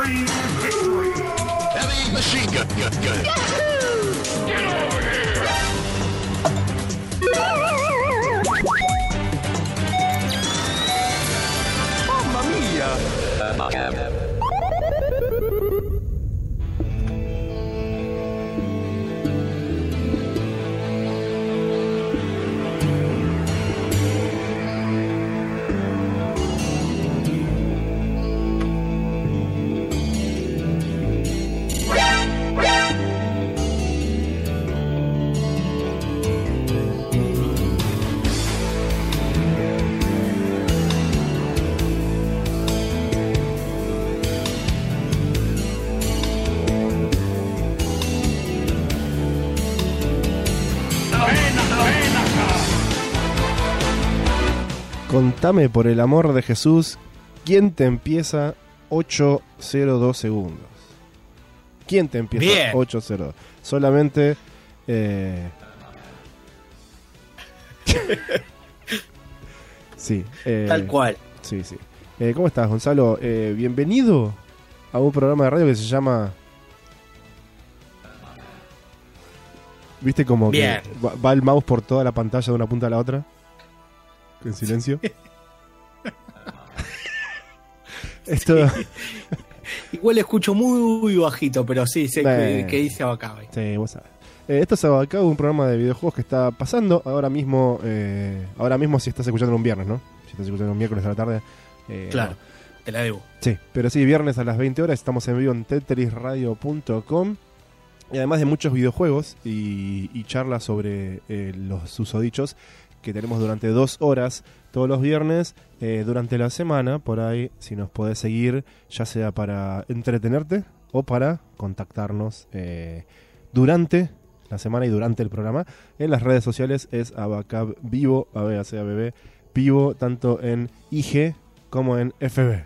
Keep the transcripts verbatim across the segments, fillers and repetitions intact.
Supreme victory! Heavy machine gun, gun, gun. Yahoo! Get over here! Mamma mia! Abacab. Contame por el amor de Jesús, ¿quién te empieza ocho cero dos segundos? ¿Quién te empieza Bien. ocho cero dos? Solamente... Eh... sí. Eh... Tal cual. Sí, sí. Eh, ¿Cómo estás, Gonzalo? Eh, bienvenido a un programa de radio que se llama... ¿Viste como Bien. que va, va el mouse por toda la pantalla de una punta a la otra? En silencio. Esto... Igual escucho muy bajito, pero sí, sé que, Eh. que dice Abacabe. Sí, vos sabés. Eh, esto es acá un programa de videojuegos que está pasando ahora mismo. Eh, ahora mismo si estás escuchando un viernes, ¿no? Si estás escuchando un miércoles a la tarde. Eh, Claro, no. te la debo. Sí, pero sí, viernes a las veinte horas estamos en vivo en tetris radio punto com. Y además de muchos videojuegos y, y charlas sobre eh, los susodichos que tenemos durante dos horas todos los viernes, eh, durante la semana, por ahí, si nos podés seguir, ya sea para entretenerte o para contactarnos eh, durante la semana y durante el programa. En las redes sociales es Abacab Vivo, A B A C A B B, Vivo, tanto en I G como en F B.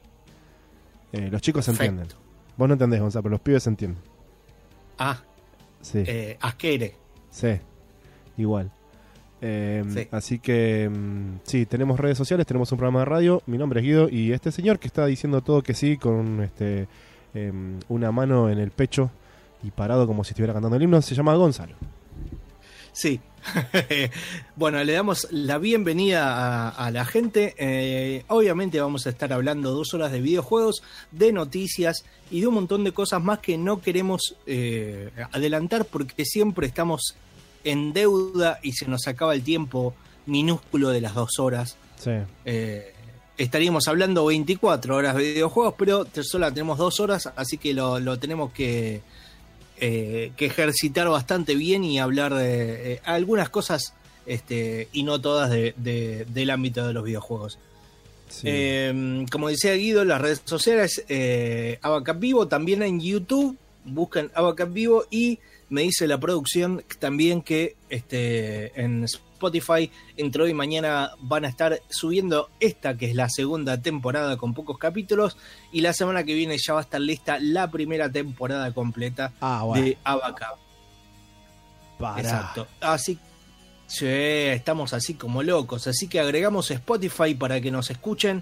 Eh, los chicos se Perfecto. entienden. Vos no entendés, Gonzalo, pero los pibes se entienden. Ah, Sí, eh, Asquere. sí, igual. Eh, Sí. Así que, mm, sí, tenemos redes sociales, tenemos un programa de radio. Mi nombre es Guido y este señor que está diciendo todo que sí, con este em, una mano en el pecho y parado como si estuviera cantando el himno, se llama Gonzalo. Sí. Bueno, le damos la bienvenida a, a la gente. Eh, obviamente vamos a estar hablando dos horas de videojuegos, de noticias y de un montón de cosas más que no queremos eh, adelantar porque siempre estamos en deuda y se nos acaba el tiempo minúsculo de las dos horas. Sí, Eh, estaríamos hablando veinticuatro horas de videojuegos, pero solo tenemos dos horas, así que lo, lo tenemos que, eh, que ejercitar bastante bien y hablar de eh, algunas cosas este, y no todas de, de, del ámbito de los videojuegos. sí. Eh, como decía Guido, las redes sociales, eh, Abacab Vivo, también en YouTube, buscan Abacab Vivo y me dice la producción también que este, en Spotify entre hoy y mañana van a estar subiendo esta que es la segunda temporada con pocos capítulos y la semana que viene ya va a estar lista la primera temporada completa Ah, bueno. de Abacab. Pará. Exacto. Así sí, estamos así como locos. Así que agregamos Spotify para que nos escuchen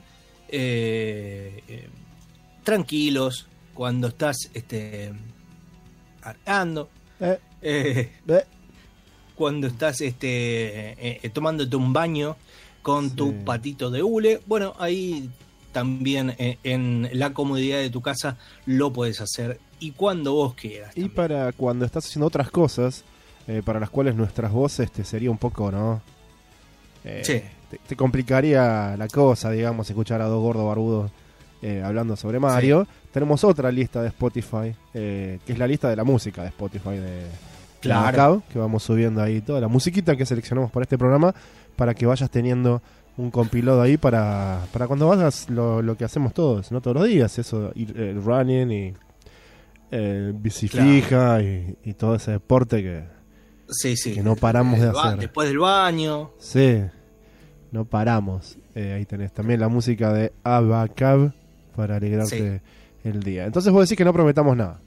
eh, eh, tranquilos cuando estás este, arando, Eh, eh, eh. cuando estás este, eh, eh, tomándote un baño con Sí. tu patito de hule. Bueno, ahí también eh, en la comodidad de tu casa lo puedes hacer y cuando vos quieras. Y también. para cuando estás haciendo otras cosas, eh, para las cuales nuestras voces te sería un poco, ¿no? Eh, Sí. te, te complicaría la cosa, digamos, escuchar a dos gordos barbudos eh, hablando sobre Mario. Tenemos otra lista de Spotify, eh, que es la lista de la música de Spotify de Claro. Abacab, que vamos subiendo ahí toda la musiquita que seleccionamos para este programa, para que vayas teniendo un compilado ahí para, para cuando hagas lo, lo que hacemos todos, ¿no? Todos los días, eso, ir eh, running y eh, bici Claro. fija y, y todo ese deporte que, Sí, sí. que no paramos de Eh, va- hacer. Después del baño. Sí, no paramos. Eh, ahí tenés también la música de Abacab para alegrarte el día. Entonces vos decís que no prometamos nada.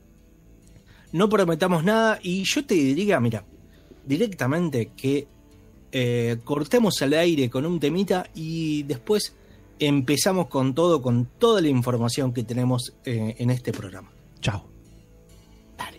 No prometamos nada y yo te diría, mira, directamente que eh, cortemos al aire con un temita y después empezamos con todo, con toda la información que tenemos eh, en este programa. Chao. Dale.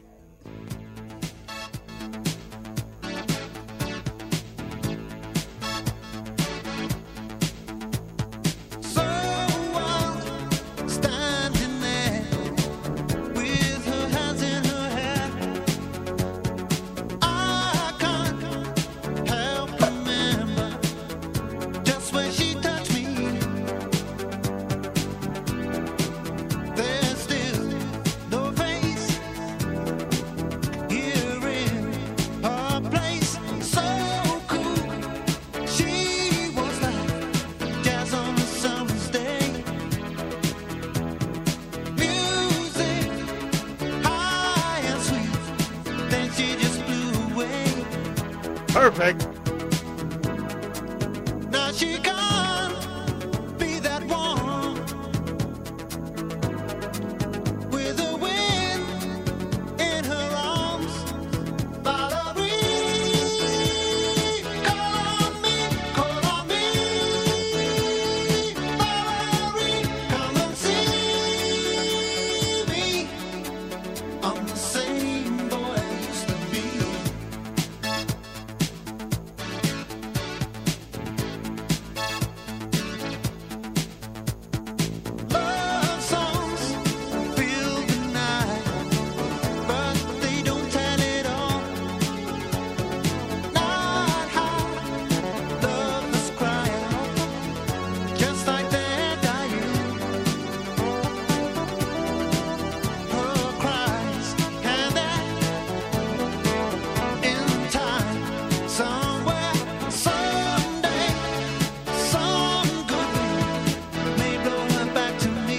Perfect. Now she can't be that one with the wind in her arms. Valerie, call on me, call on me. Valerie, come and see me. I'm the same boy I used to be. Love songs fill the night, but they don't tell it all. Not how lovers cry out, just like they're dying. Her cries and that in time, somewhere, someday, some good wind may blow her back to me.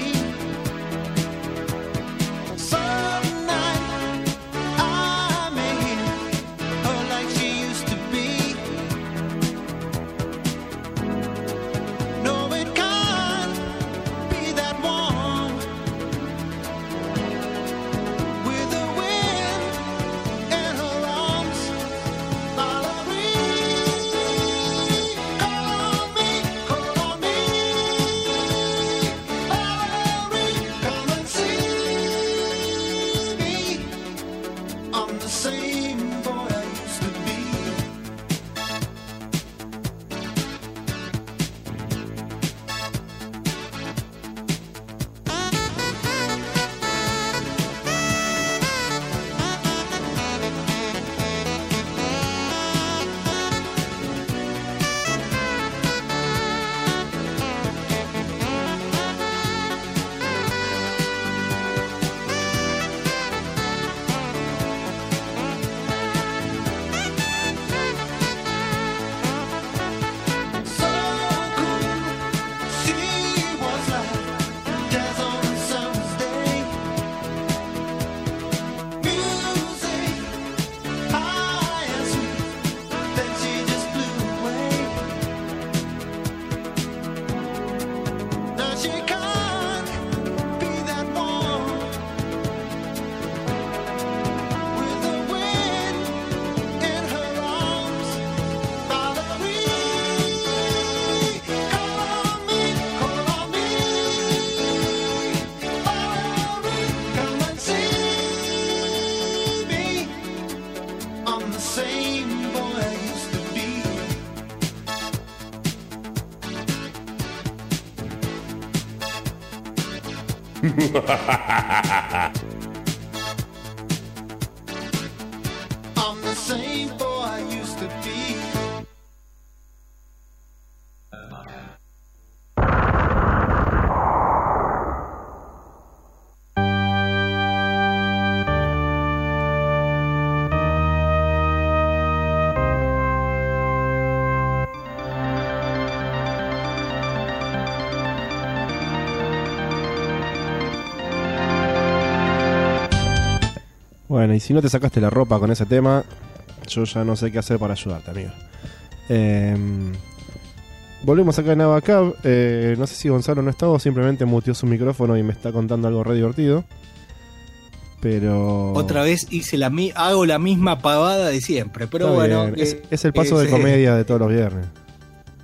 Some night I may hear her like she used to be. No, it can't be that one with the wind in her arms. Valerie, call on me, call on me. Valerie, come and see me. I'm the same boy I used to be. So cool, she was like jazz on a summer's day. Music high and sweet, then she just blew away. Now she can't be that one with the wind in her arms. Valerie, call on me, call on me. Valerie, come and see me. I'm the same boy I used to be. I'm the same boy I used to be. Bueno, y si no te sacaste la ropa con ese tema, yo ya no sé qué hacer para ayudarte, amigo. Eh, volvemos acá en Abacab. Eh, no sé si Gonzalo no está o simplemente muteó su micrófono y me está contando algo re divertido. Pero... Otra vez hice la mi- hago la misma pavada de siempre, pero Está bueno. bien. eh, es, es el paso es, de eh, comedia de todos los viernes.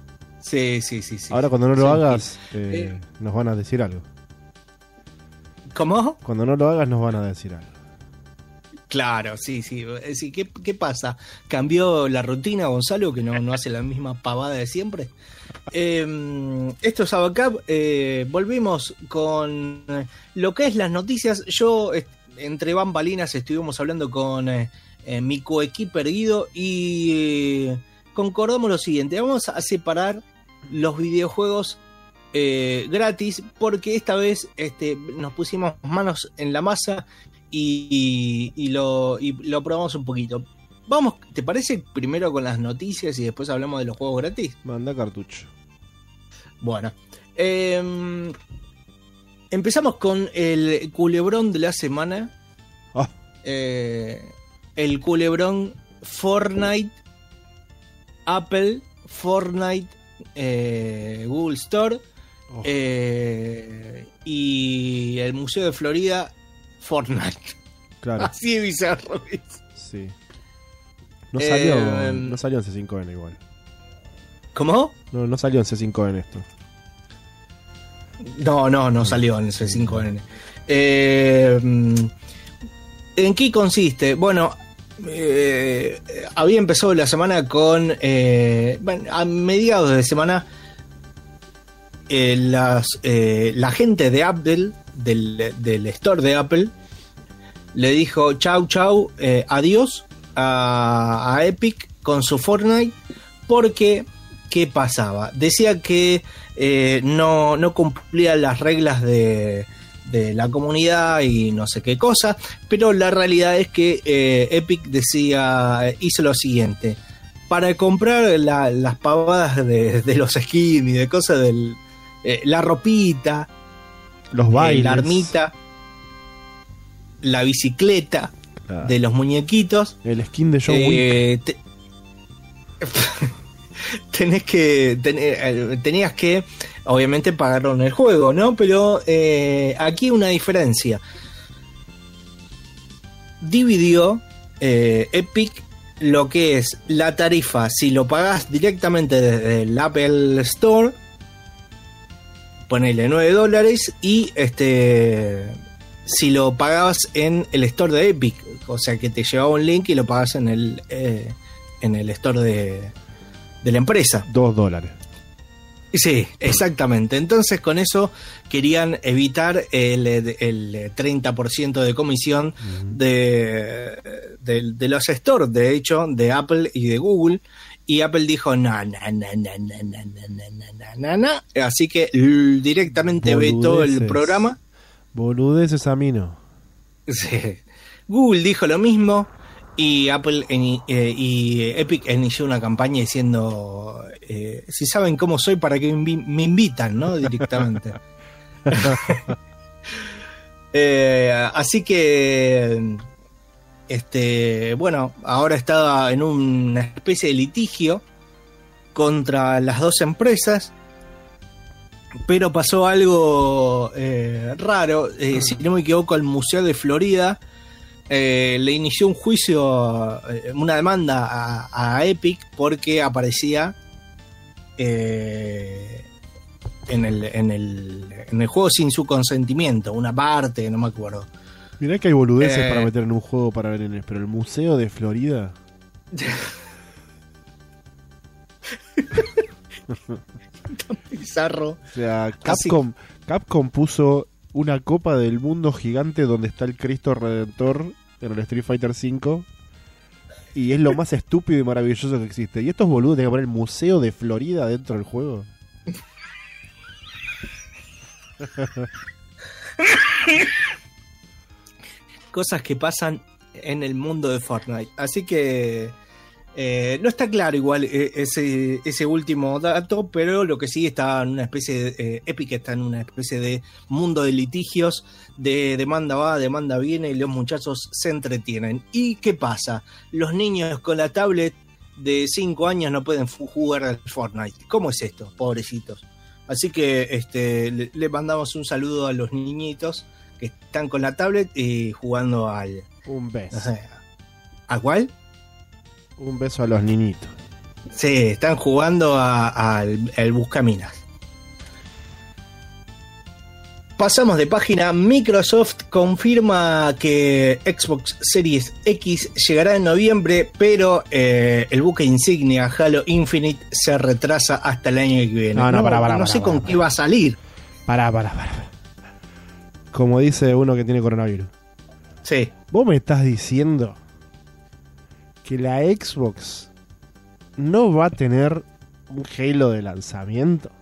Sí, sí, sí, sí. Ahora cuando no lo Sí, hagas, sí. eh, Eh. nos van a decir algo. ¿Cómo? Cuando no lo hagas nos van a decir algo. Claro, sí, sí. Eh, sí, ¿qué, ¿Qué pasa? ¿Cambió la rutina, Gonzalo, que no, no hace la misma pavada de siempre? Eh, esto es Abacab. Eh, volvimos con eh, lo que es las noticias. Yo, eh, entre bambalinas, estuvimos hablando con eh, eh, mi coequiper Guido y eh, concordamos lo siguiente. Vamos a separar los videojuegos eh, gratis porque esta vez este, nos pusimos manos en la masa y, y, y, lo, y lo probamos un poquito. Vamos, ¿te parece primero con las noticias y después hablamos de los juegos gratis? Manda cartucho. Bueno, eh, empezamos con el culebrón de la semana. Ah, Eh, el culebrón Fortnite, Apple, Fortnite, eh, Google Store oh, eh, y el Museo de Florida, Fortnite. claro, Así de bizarro es. sí. No salió, Eh, no salió en C cinco N igual. ¿Cómo? No, no salió en C cinco N esto. No, no, no salió en ese cinco N. Eh, ¿En qué consiste? Bueno, eh, había empezado la semana con... Eh, bueno, a mediados de semana, eh, las, eh, la gente de Apple, del, del store de Apple, le dijo chau, chau, eh, adiós a, a Epic con su Fortnite, porque, ¿qué pasaba? Decía que eh, no, no cumplía las reglas de, de la comunidad y no sé qué cosa, pero la realidad es que eh, Epic decía, hizo lo siguiente: para comprar la, las pavadas de, de los skins y de cosas del... Eh, la ropita, Los eh, bailes. la armita, la bicicleta Claro. de los muñequitos, El skin de John Wick. eh, te- tenés que ten- eh, tenías que obviamente pagarlo en el juego, ¿no? Pero eh, aquí una diferencia. Dividió eh, Epic lo que es la tarifa si lo pagás directamente desde el Apple Store, ponele nueve dólares, y este si lo pagabas en el store de Epic, o sea que te llevaba un link y lo pagas en el eh, en el store de, de la empresa. Dos dólares. Sí, exactamente. Entonces con eso querían evitar el, el treinta por ciento de comisión de, de, de los stores, de hecho, de Apple y de Google. Y Apple dijo, no, no, no, no, no, no, no, no, no, no. Así que l- directamente vetó el Boludeces. programa. Boludeces a mí no. Sí. Google dijo lo mismo y Apple en- eh, y Epic inició una campaña diciendo, eh, si saben cómo soy, para que me, invi- me invitan, ¿no? Directamente. Eh, así que, este, bueno, ahora está en una especie de litigio contra las dos empresas. Pero pasó algo eh, raro. Eh, si no me equivoco, el Museo de Florida eh, le inició un juicio, eh, una demanda a, a Epic porque aparecía eh, en, el, en, el, en el juego sin su consentimiento, una parte, no me acuerdo. Mirá que hay boludeces Eh. para meter en un juego para ver en el, pero el Museo de Florida. Bizarro. O sea, Así. Capcom, Capcom puso una copa del mundo gigante donde está el Cristo Redentor en el Street Fighter cinco. Y es lo más estúpido y maravilloso que existe. Y estos boludos tienen que poner el Museo de Florida dentro del juego. Cosas que pasan en el mundo de Fortnite. Así que eh, no está claro igual eh, ese, ese último dato, pero lo que sí está en una especie de... Eh, Epic está en una especie de mundo de litigios, de demanda va, demanda viene, y los muchachos se entretienen. ¿Y qué pasa? Los niños con la tablet de cinco años no pueden fu- jugar al Fortnite. ¿Cómo es esto? Pobrecitos. Así que este, le, le mandamos un saludo a los niñitos que están con la tablet y jugando al... Un beso. no sé, ¿a cuál? Un beso a los niñitos. Sí, están jugando a- a- al al Buscaminas. Pasamos de página. Microsoft confirma que Xbox Series X llegará en noviembre, pero eh, el buque insignia Halo Infinite se retrasa hasta el año que viene. No, no, pará, pará, no pará, sé pará, con pará. qué va a salir. Pará, pará, pará. Como dice uno que tiene coronavirus. Sí. ¿Vos me estás diciendo que la Xbox no va a tener un Halo de lanzamiento?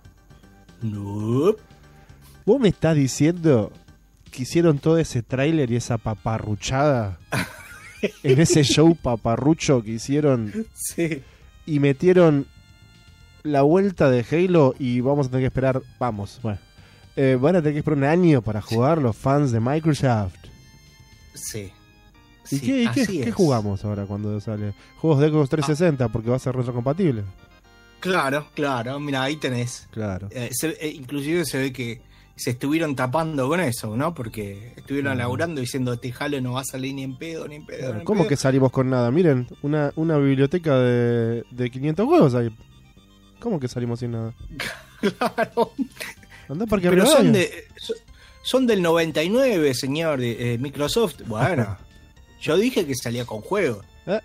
Nope. ¿Vos me estás diciendo que hicieron todo ese tráiler y esa paparruchada en ese show paparrucho que hicieron Sí. y metieron la vuelta de Halo y vamos a tener que esperar, vamos, bueno, eh, van a tener que esperar un año para jugar los fans de Microsoft? Sí. ¿Y Sí, qué, y qué- así qué es. jugamos ahora cuando sale? Juegos de Xbox trescientos sesenta porque va a ser retrocompatible. Claro, claro. Mira, ahí tenés. Claro. Eh, se- eh, inclusive se ve que se estuvieron tapando con eso, ¿no? Porque estuvieron Mm. laburando diciendo este Halo no va a salir ni en pedo, ni en pedo. Claro, ni en ¿cómo pedo". que salimos con nada? Miren, una, una biblioteca de, de quinientos juegos ahí. ¿Cómo que salimos sin nada? Claro. Andá para que Pero arriba son, año. de, so- son del noventa y nueve, señor de, eh, Microsoft. Bueno, yo dije que salía con juegos.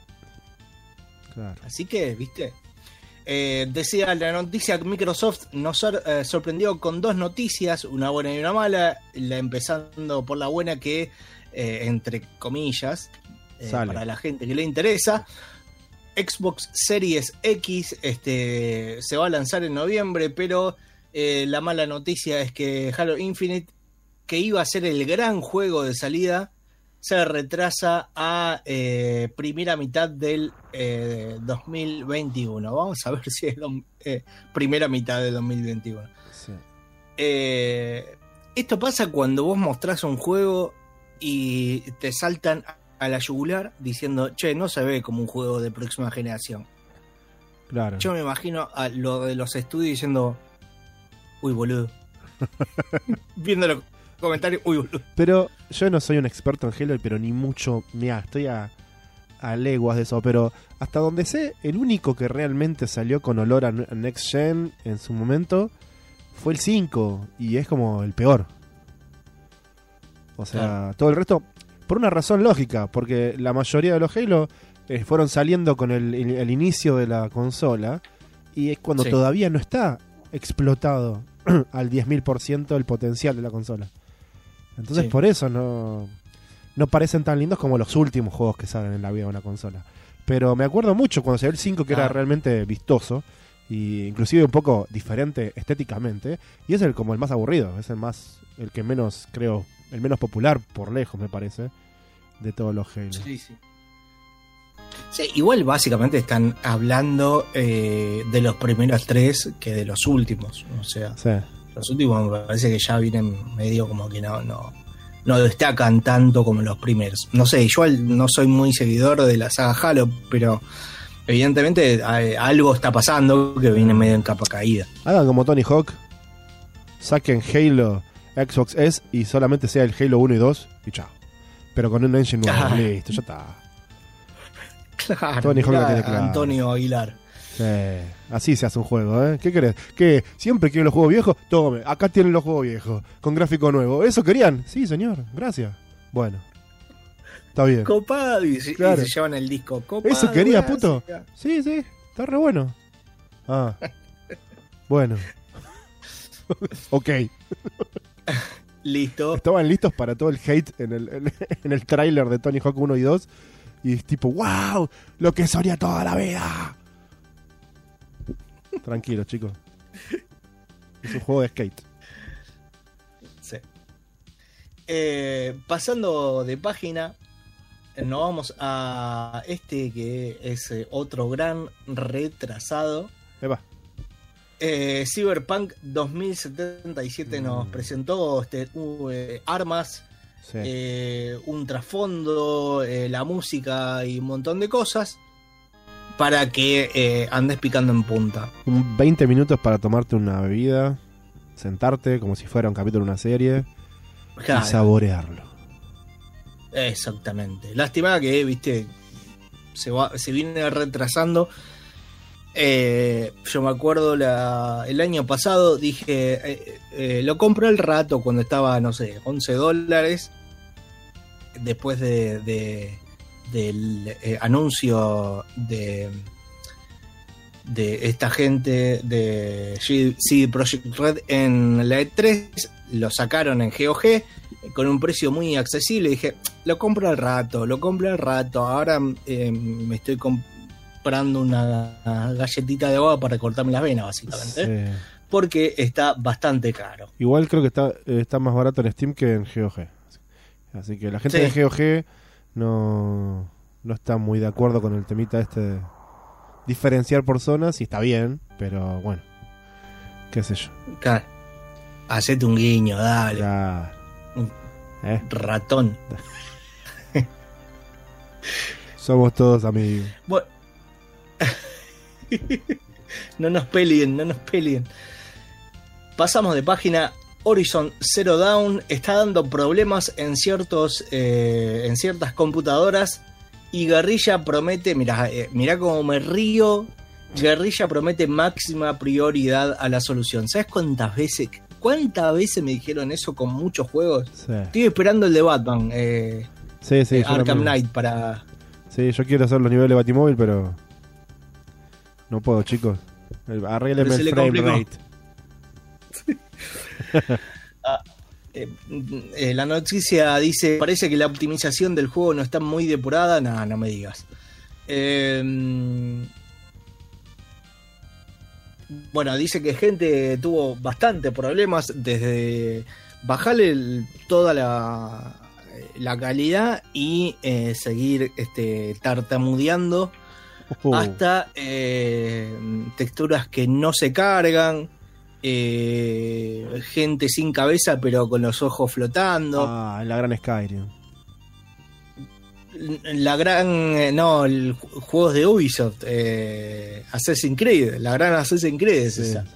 Claro. Así que, ¿viste? Eh, decía la noticia que Microsoft nos sor- eh, sorprendió con dos noticias, una buena y una mala. La empezando por la buena que, eh, entre comillas, eh, Sale. para la gente que le interesa, Xbox Series X este, se va a lanzar en noviembre, pero eh, la mala noticia es que Halo Infinite, que iba a ser el gran juego de salida, se retrasa a eh, primera mitad del eh, dos mil veintiuno. Vamos a ver si es lo- eh, primera mitad del dos mil veintiuno. Sí. Eh, esto pasa cuando vos mostrás un juego y te saltan a la yugular diciendo, che, no se ve como un juego de próxima generación. Claro. Yo me imagino a lo de los estudios diciendo, uy, boludo. Viendo los comentarios, uy, boludo. Pero yo no soy un experto en Halo, pero ni mucho. Mira, estoy a, a leguas de eso. Pero hasta donde sé, el único que realmente salió con olor a n- a Next Gen en su momento fue el cinco. Y es como el peor. O sea, Claro. todo el resto, por una razón lógica. Porque la mayoría de los Halo eh, fueron saliendo con el, el- el inicio de la consola. Y es cuando Sí. todavía no está explotado al diez mil por ciento el potencial de la consola. Entonces Sí. por eso no, no parecen tan lindos como los últimos juegos que salen en la vida de una consola. Pero me acuerdo mucho cuando salió el cinco que era Ah. realmente vistoso y inclusive un poco diferente estéticamente, y es el como el más aburrido, es el más el que menos creo, el menos popular por lejos me parece de todos los Halo. Sí, sí. Sí, igual básicamente están hablando eh, de los primeros tres que de los últimos. O sea, Sí. los últimos me parece que ya vienen medio como que no, no, no destacan tanto como los primeros. No sé, yo al- no soy muy seguidor de la saga Halo, pero evidentemente eh, algo está pasando que viene medio en capa caída. Hagan como Tony Hawk, saquen Halo Xbox S y solamente sea el Halo uno y dos y chao. Pero con un engine nuevo, Ah. listo, ya está. Claro, Tony Hawk lo mirá tiene claro. Antonio Aguilar. Sí, así se hace un juego, ¿eh? ¿Qué querés? ¿Qué? ¿Siempre quieren los juegos viejos? Tome, acá tienen los juegos viejos, con gráfico nuevo. ¿Eso querían? Sí, señor, gracias. Bueno, está bien. Copado y se, y Claro. se llevan el disco. Copado, ¿Eso quería, gracias. puto? Sí, sí, está re bueno. Ah, bueno. Ok, Listo. estaban listos para todo el hate en el, en, en el tráiler de Tony Hawk uno y dos. Y es tipo, wow, lo que soñé toda la vida. Tranquilos, chicos. Es un juego de skate. Sí. Eh, pasando de página, eh, nos vamos a este que es eh, otro gran retrasado. Eva. Eh, Cyberpunk dos mil setenta y siete nos Mm. presentó este, uh, eh, armas, Sí. eh, un trasfondo, eh, la música y un montón de cosas para que eh, andes picando en punta. Un veinte minutos para tomarte una bebida, sentarte como si fuera un capítulo de una serie Claro, y saborearlo. exactamente. Lástima que, viste, se va, se viene retrasando. Eh, yo me acuerdo la, el año pasado dije, eh, eh, lo compré al rato cuando estaba, no sé, once dólares. Después de, de del eh, anuncio de de esta gente de C D Projekt Red en la E tres, lo sacaron en G O G con un precio muy accesible. Dije, lo compro al rato, lo compro al rato. Ahora eh, me estoy comprando una galletita de agua para cortarme las venas, básicamente. Sí. Porque está bastante caro. Igual creo que está, eh, está más barato en Steam que en G O G. Así que la gente Sí. de G O G no, no está muy de acuerdo con el temita este de diferenciar por zonas, y está bien, pero bueno, qué sé yo. Claro. Hacete un guiño, dale. Claro. ¿Eh? Ratón. Somos todos amigos. Bueno. No nos peleen, no nos peleen. Pasamos de página. Horizon Zero Dawn está dando problemas en ciertos eh, en ciertas computadoras, y Guerrilla promete, mirá, eh, mirá cómo me río. Guerrilla promete máxima prioridad a la solución. ¿Sabes cuántas veces cuántas veces me dijeron eso con muchos juegos? Sí, Estoy esperando el de Batman, eh, sí, sí, eh, yo Arkham también. Knight para... Sí, yo quiero hacer los niveles de Batimóvil, pero no puedo, chicos. El- Arréglenme Pero se el le frame complicó. rate. Eh, eh, la noticia dice, parece que la optimización del juego no está muy depurada. No, no me digas. Eh, bueno, dice que gente tuvo bastante problemas desde bajarle el- toda la, la calidad y eh, seguir este, tartamudeando Uh, hasta eh, texturas que no se cargan, eh, gente sin cabeza pero con los ojos flotando, Ah, la gran Skyrim. la gran eh, no el ju- juegos de Ubisoft, eh, Assassin's Creed, la gran Assassin's Creed es Sí. esa.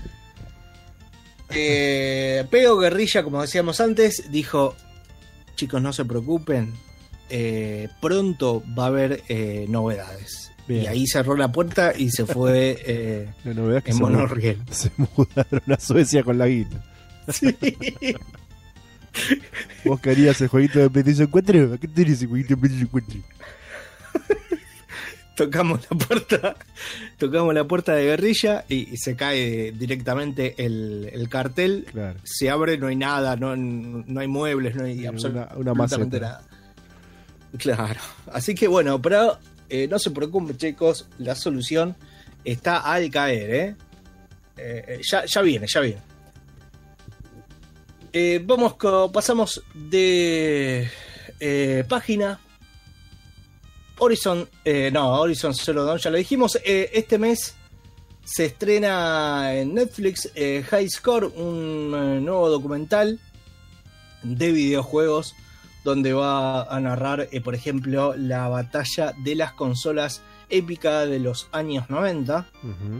Eh, pero Guerrilla, como decíamos antes, dijo: chicos, no se preocupen, eh, pronto va a haber eh, novedades. Bien. Y ahí cerró la puerta y se fue eh, La novedad es que en se, mu- monorriel. se mudaron a Suecia con la guita. Sí. Vos querías el jueguito de PlayStation cuatro, ¿a qué tenés el jueguito de PlayStation cuatro? Tocamos la puerta, tocamos la puerta de Guerrilla y, y se cae directamente el, el cartel. Claro. Se abre, no hay nada, no, no hay muebles, no hay Una- absolut- una absolutamente maceta. nada. Claro. Así que bueno, pero eh, no se preocupen, chicos, la solución está al caer, ¿eh? Eh, eh, ya, ya viene, ya viene. Eh, vamos, co- pasamos de eh, página. Horizon, eh, no, Horizon Zero Dawn, ya lo dijimos. Eh, este mes se estrena en Netflix eh, High Score, un eh, nuevo documental de videojuegos donde va a narrar, eh, por ejemplo, la batalla de las consolas épica de los años noventa, Ujú.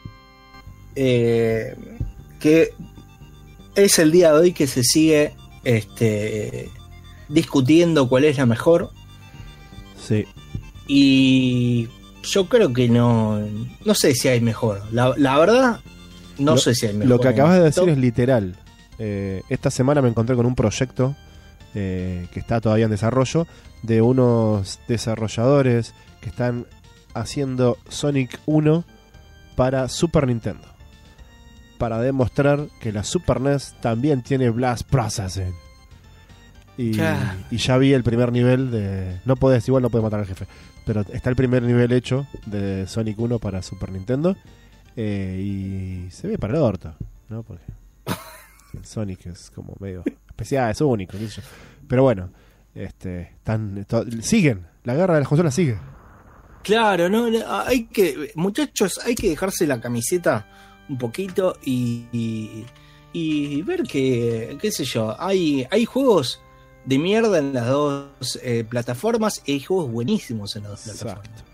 eh, que es el día de hoy que se sigue este, discutiendo cuál es la mejor. Sí. Y yo creo que no, no sé si hay mejor. La, la verdad, no Lo- sé si hay mejor. Lo que acabas de decir Top- es literal. Eh, esta semana me encontré con un proyecto eh, que está todavía en desarrollo, de unos desarrolladores que están haciendo Sonic uno para Super Nintendo, para demostrar que la Super N E S también tiene Blast Processing. Y, Ya. y ya vi el primer nivel de... No podés, igual no podés matar al jefe, pero está el primer nivel hecho de Sonic uno para Super Nintendo, eh, y se ve para el orto, ¿no? Porque el Sonic es como medio especial, es único, qué sé yo. Pero bueno, este, están, to- siguen, la guerra de las consolas sigue. Claro, no, no, hay que, muchachos, hay que dejarse la camiseta un poquito y, y, y ver que, qué sé yo, hay, hay juegos de mierda en las dos eh, plataformas y hay juegos buenísimos en las dos plataformas. Exacto.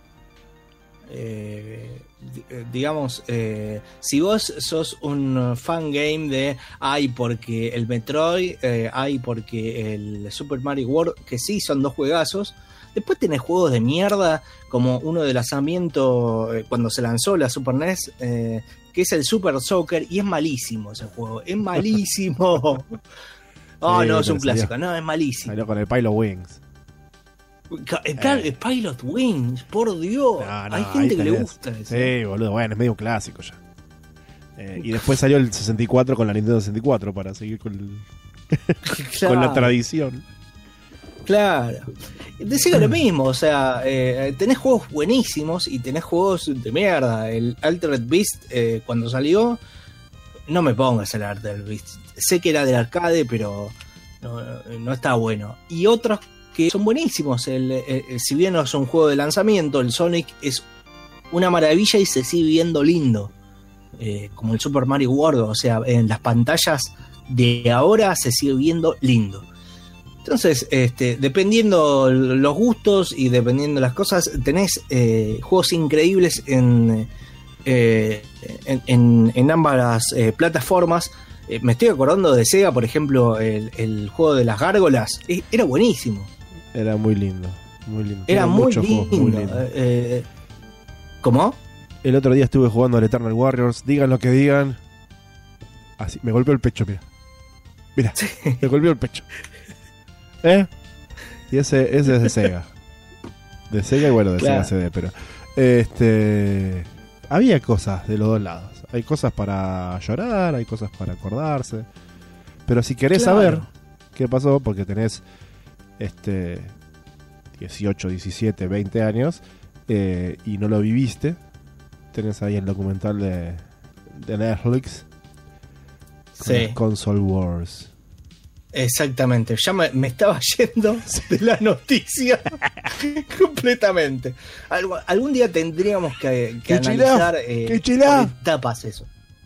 Eh, di- eh, digamos, eh, si vos sos un fan game de ay porque el Metroid, eh, ay porque el Super Mario World, que sí son dos juegazos, Después tenés juegos de mierda, como uno de lanzamientos eh, cuando se lanzó la Super N E S, eh, que es el Super Soccer, y es malísimo ese juego, es malísimo. Oh, Sí, no, es pero un clásico, salió- no, es malísimo. Salió con el Pilot Wings. Ca- eh, claro, Eh. Pilot Wings, por Dios. No, no, Hay ahí gente que le tenés. gusta ese. Sí, boludo, bueno, es medio un clásico ya. Eh, y después salió el sesenta y cuatro con la Nintendo sesenta y cuatro para seguir con, el- con la Claro. tradición. Claro. De Sega lo mismo, o sea, eh, tenés juegos buenísimos y tenés juegos de mierda. El Altered Beast, eh, cuando salió, no me pongas el Altered Beast. Sé que era del arcade, pero no, no, no está bueno. Y otros que son buenísimos. El, el- el- si bien no es un juego de lanzamiento, el Sonic es una maravilla y se sigue viendo lindo. Eh, como el Super Mario World, o sea, en las pantallas de ahora se sigue viendo lindo. Entonces, este, dependiendo los gustos y dependiendo las cosas, tenés eh, juegos increíbles en, eh, en, en- en ambas eh, plataformas. Eh, me estoy acordando de Sega, por ejemplo, el, el juego de las gárgolas. Eh, era buenísimo. Era muy lindo. Muy lindo. Era Tiene muy muchos lindo. juegos muy lindos. Eh, eh, ¿Cómo? El otro día estuve jugando al Eternal Warriors. Digan lo que digan. Así, me golpeó el pecho, mira. Mira, me golpeó el pecho. ¿Eh? Y ese, ese es de Sega. De Sega y bueno, de Claro. Sega C D, pero. Este. Había cosas de los dos lados. Hay cosas para llorar, hay cosas para acordarse. Pero si querés Claro. saber qué pasó, porque tenés este dieciocho, diecisiete, veinte años eh, y no lo viviste, tenés ahí el documental de, de Netflix con Sí. los Console Wars. Exactamente, ya me, me estaba yendo de la noticia completamente. Algo- algún día tendríamos que, que ¡Qué chilá! analizar eh, ¡Qué chilá! por etapas eso.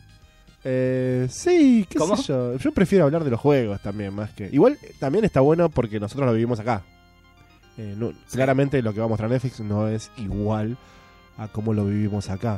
Eh, sí, qué ¿Cómo? sé yo. Yo prefiero hablar de los juegos también, más que. Igual eh, también está bueno porque nosotros lo vivimos acá. Eh, no- Claramente lo que va a mostrar Netflix no es igual a cómo lo vivimos acá.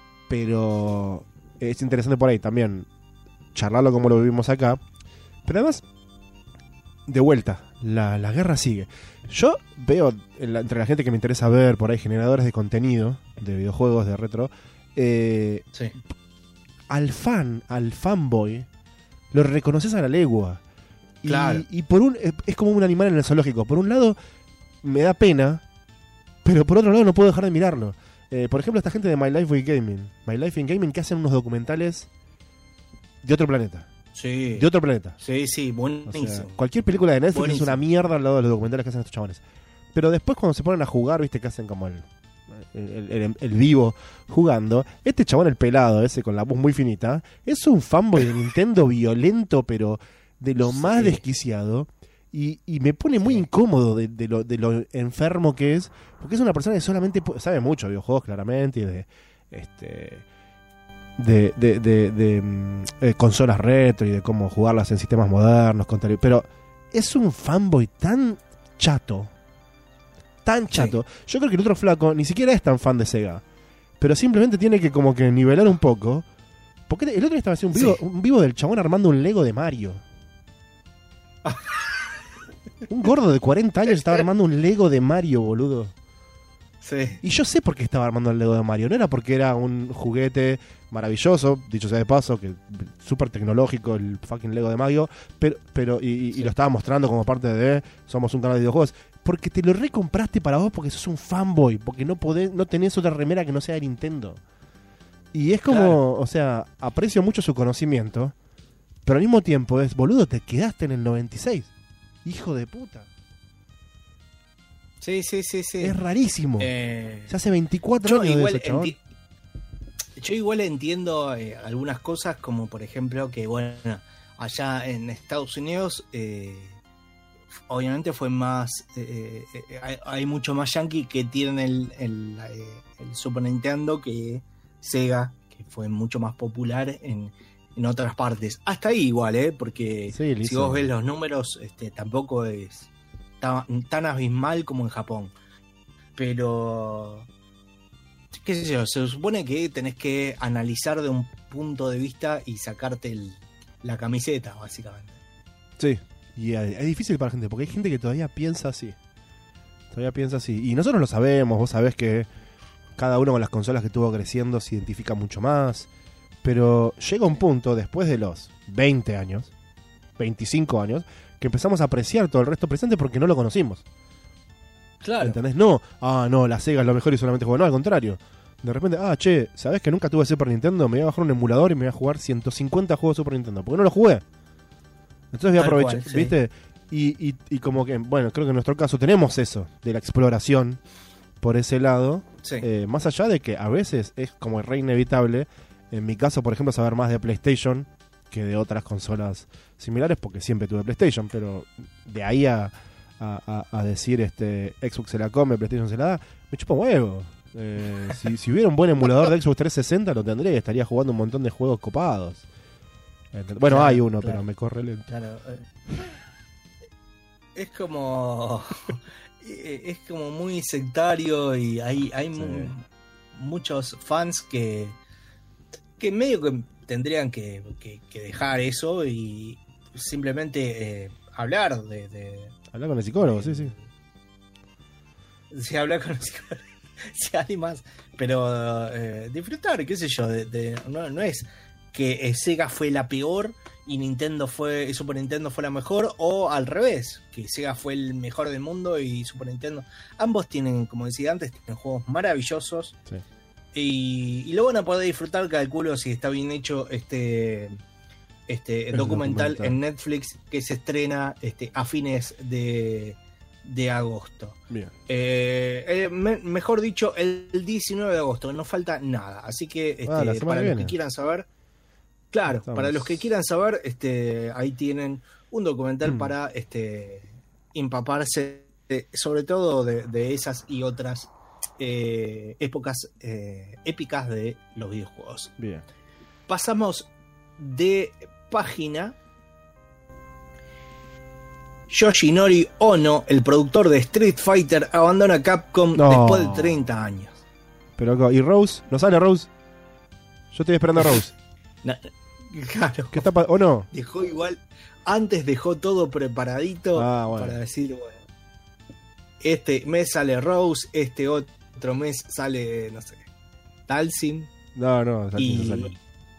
Pero es interesante por ahí también charlarlo como lo vivimos acá. Pero además, de vuelta, la, la guerra sigue. Yo veo en la- entre la gente que me interesa ver por ahí generadores de contenido, de videojuegos, de retro, eh, Sí. al fan, al fanboy, lo reconoces a la legua. Y, Claro. y por un es- es como un animal en el zoológico. Por un lado, me da pena, pero por otro lado no puedo dejar de mirarlo. Eh, por ejemplo, esta gente de My Life with Gaming. My Life in Gaming que hacen unos documentales de otro planeta. Sí. De otro planeta. Sí, sí, O buenísimo. sea, cualquier película de Netflix Buenísimo. es una mierda al lado de los documentales que hacen estos chabones. Pero después cuando se ponen a jugar, viste que hacen como el, el, el- el vivo jugando. Este chabón, el pelado, ese con la voz muy finita, es un fanboy de Nintendo violento, pero de lo más Sí. desquiciado. Y, y me pone muy incómodo de, de lo, de lo enfermo que es, porque es una persona que solamente pu- sabe mucho de videojuegos, claramente, y de este de, de, de, de, mm, eh, consolas retro y de cómo jugarlas en sistemas modernos, con tele- pero es un fanboy tan chato, tan chato. Yo creo que el otro flaco ni siquiera es tan fan de Sega, pero simplemente tiene que como que nivelar un poco, porque el otro día estaba haciendo un vivo, Sí. un vivo del chabón armando un Lego de Mario. Un gordo de cuarenta años estaba armando un Lego de Mario, boludo. Sí. Y yo sé por qué estaba armando el Lego de Mario. No era porque era un juguete maravilloso, dicho sea de paso, que súper tecnológico el fucking Lego de Mario, pero, pero y, y- y lo estaba mostrando como parte de Somos un canal de videojuegos. Porque te lo recompraste para vos porque sos un fanboy, porque no podés, no tenés otra remera que no sea de Nintendo. Y es como, Claro. o sea, aprecio mucho su conocimiento, pero al mismo tiempo es, boludo, te quedaste en el noventa y seis. Hijo de puta. Sí, sí, sí, sí. Es rarísimo. Eh, Se hace veinticuatro yo, años igual de eso, chabón. enti- yo igual entiendo eh, algunas cosas, como por ejemplo que, bueno, allá en Estados Unidos, eh, obviamente fue más. eh, eh, hay, hay mucho más yankee que tienen el, el, eh, el Super Nintendo que Sega, que fue mucho más popular en, en otras partes. Hasta ahí igual, ¿eh? Porque Sí, si listo. vos ves los números, este, tampoco es tan, tan abismal como en Japón. Pero, qué sé yo, se supone que tenés que analizar de un punto de vista y sacarte el- la camiseta, básicamente. Sí, y es, es difícil para la gente, porque hay gente que todavía piensa así. Todavía piensa así. Y nosotros lo sabemos, vos sabés que cada uno con las consolas que estuvo creciendo se identifica mucho más. Pero llega un punto, después de los veinte años, veinticinco años, que empezamos a apreciar todo el resto presente porque no lo conocimos. Claro. ¿Entendés? No, ah, no, la Sega es lo mejor y solamente juego. No, al contrario. De repente, ah, che, ¿sabés que nunca tuve Super Nintendo? Me voy a bajar un emulador y me voy a jugar ciento cincuenta juegos de Super Nintendo. Porque no lo jugué. Entonces voy a Tal aprovechar, cual, sí. ¿viste? Y, y, y como que, bueno, creo que en nuestro caso tenemos eso, de la exploración por ese lado. Sí. Eh, más allá de que a veces es como re inevitable. En mi caso, por ejemplo, saber más de PlayStation que de otras consolas similares, porque siempre tuve PlayStation, pero de ahí a, a, a- a decir este Xbox se la come, PlayStation se la da, me chupa un huevo. Eh, si, si hubiera un buen emulador de Xbox trescientos sesenta lo tendría y estaría jugando un montón de juegos copados. Ent- Bueno, Claro, hay uno, claro. pero me corre lento. Claro. eh. Es como. eh, Es como muy sectario y hay, hay Sí. mu- muchos fans que. que medio que tendrían que, que- que dejar eso y simplemente eh, hablar de. de Hablar con el psicólogo, sí, sí. Sí, hablar con los sí, además, pero eh, disfrutar, qué sé yo, de, de- no, no es que eh, Sega fue la peor y Nintendo fue y Super Nintendo fue la mejor, o al revés, que Sega fue el mejor del mundo y Super Nintendo. Ambos tienen, como decía antes, tienen juegos maravillosos Sí. y, y lo van a poder disfrutar, calculo, si está bien hecho este este El documental, documental. en Netflix que se estrena este a fines de, de agosto. Bien. Eh, eh, me- mejor dicho, el diecinueve de agosto, no falta nada. Así que este, Ah, la semana para que los viene. que quieran saber, claro, Estamos. para los que quieran saber, este, ahí tienen un documental Mm. para este, empaparse, de- sobre todo de, de esas y otras eh, épocas eh, épicas de los videojuegos. Bien. Pasamos de página. Yoshinori Ono, el productor de Street Fighter, abandona Capcom No. después de treinta años. Pero, ¿y Rose? ¿No sale Rose? Yo estoy esperando a Rose. Na- claro, ¿Qué está pa- ¿O no? dejó igual, antes dejó todo preparadito Ah, bueno. para decir, bueno, este mes sale Rose, este otro mes sale, no sé, Dalsim No, no, sale, y... no sale.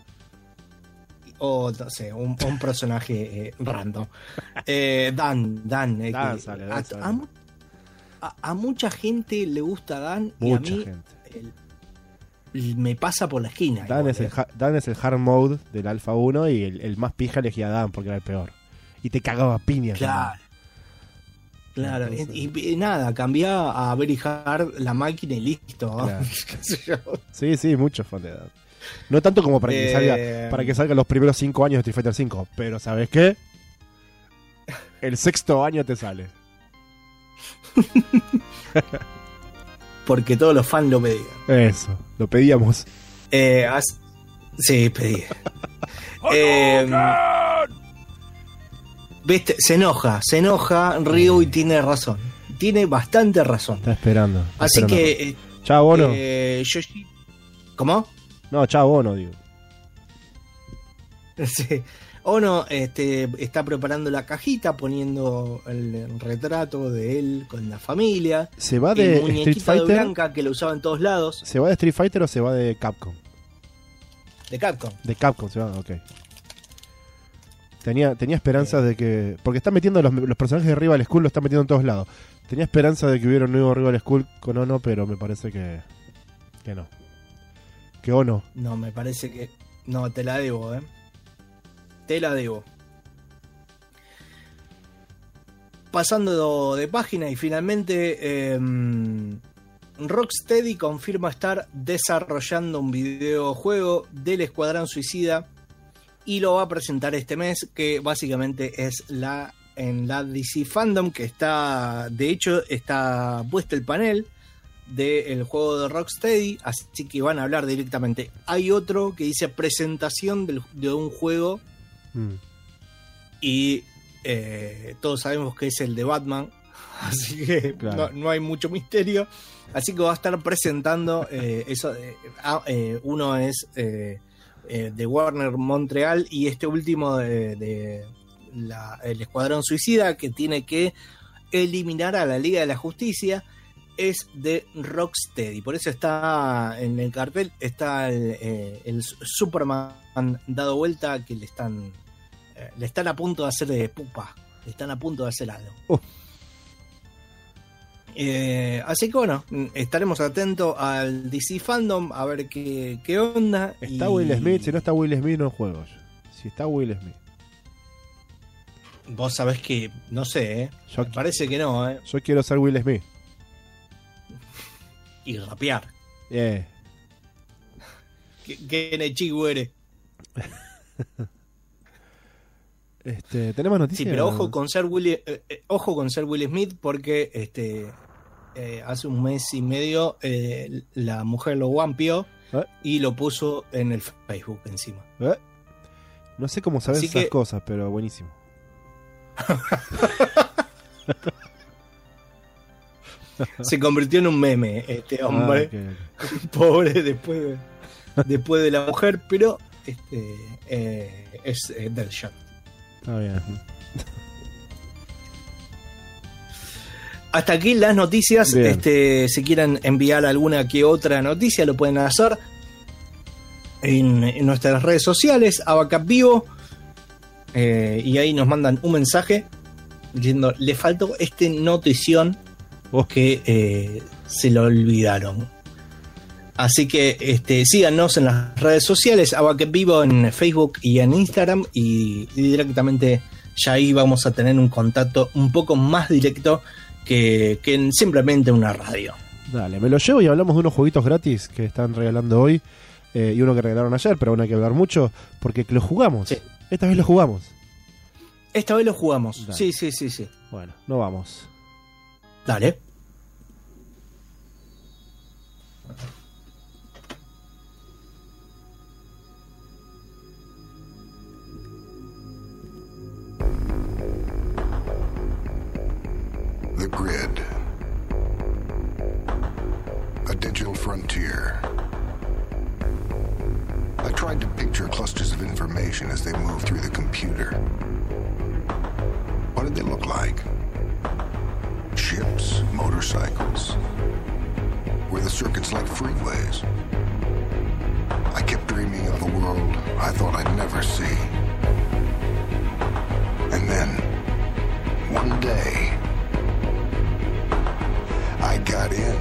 o no sé, un, un personaje eh, random. Eh, Dan, Dan. eh, Dan que- sale, a, Dan sale. a mu- a- a mucha gente le gusta Dan y Mucha a mí gente. el- me pasa por la esquina. Dan igual, es, el, eh. ha- Dan es el hard mode del Alpha uno y el, el más pija elegía a Dan porque era el peor. Y te cagaba piña. Claro. Claro, Entonces- y, y nada, cambiá a Very Hard la máquina y listo. Claro. Qué sé yo. Sí, sí, muchos fan de Dan. No tanto como para que Eh, salga para que salgan los primeros cinco años de Street Fighter cinco, pero ¿sabes qué? El sexto año te sale. Porque todos los fans lo pedían. Eso, lo pedíamos. Eh, as- sí, pedí. Eh, ¿viste? Se enoja, se enoja Ryu y tiene razón. Tiene bastante razón. Está esperando. está Así esperando. que, eh, Chao, Bono. eh, Yoshi- ¿Cómo? No, chao, Bono, digo. Sí. Ono este, está preparando la cajita, poniendo el retrato de él con la familia. ¿Se va El de Street muñequito de Fighter? Blanca que lo usaba en todos lados. ¿Se va de Street Fighter o se va de Capcom? De Capcom. De Capcom se va, ok. Tenía, tenía esperanzas de que... Porque está metiendo los, los personajes de Rival School, lo está metiendo en todos lados. Tenía esperanza de que hubiera un nuevo Rival School con Ono, pero me parece que... Que no. Que Ono. No, me parece que. No, te la debo, eh. Te la debo. Pasando de página y finalmente. eh, Rocksteady confirma estar desarrollando un videojuego del Escuadrón Suicida y lo va a presentar este mes, que básicamente es la en la D C Fandom, que está, de hecho, está puesto el panel del juego de Rocksteady, así que van a hablar directamente. Hay otro que dice presentación del- de un juego Mm. y eh, todos sabemos que es el de Batman, así que Claro. no, no hay mucho misterio. Así que va a estar presentando eh, eso. eh, ah, eh, uno es eh, eh, de Warner Montreal y este último de, de la- el Escuadrón Suicida, que tiene que eliminar a la Liga de la Justicia es de Rocksteady. Por eso está en el cartel, está el, eh, el Superman dado vuelta, que le están eh, le están a punto de hacer de pupa, le están a punto de hacer algo. Oh. Eh, así que bueno, estaremos atentos al D C Fandom a ver qué, qué onda. Está y... Will Smith, si no está Will Smith no juego yo. Si está Will Smith. Vos sabés que, no sé, ¿eh? Yo, Me parece que no, ¿eh? yo quiero ser Will Smith. Y rapear. Yeah. ¿Qué, qué nechigo eres? Este, ¿tenemos noticias? Sí, pero ojo con ser Will, eh, eh, ojo con ser Will Smith, porque este eh, hace un mes y medio eh, la mujer lo guampió ¿Eh? y lo puso en el Facebook encima. ¿Eh? No sé cómo sabes Así esas que- cosas, pero buenísimo. Se convirtió en un meme este hombre, Ah, ok, ok. pobre después de, después de la mujer, pero este eh, es eh, Deadshot. Está bien. Hasta aquí las noticias. Bien. Este, si quieren enviar alguna que otra noticia, lo pueden hacer en, en nuestras redes sociales, Abacap Vivo, eh, y ahí nos mandan un mensaje diciendo: le faltó este notición Oh. que eh, se lo olvidaron. Así que este, síganos en las redes sociales, Abacap Vivo en Facebook y en Instagram, y, y directamente ya ahí vamos a tener un contacto un poco más directo que, que en simplemente una radio. Dale, me lo llevo y hablamos de unos jueguitos gratis que están regalando hoy, eh, y uno que regalaron ayer, pero aún hay que hablar mucho porque lo jugamos. Sí. Esta vez lo jugamos. Esta vez lo jugamos. Dale. Sí, sí, sí, sí. Bueno, no vamos. Dale. The Grid. A digital frontier. I tried to picture clusters of information as they move through the computer. What did they look like? Ships, motorcycles. Were the circuits like freeways? I kept dreaming of a world I thought I'd never see. And then, one day, I got in.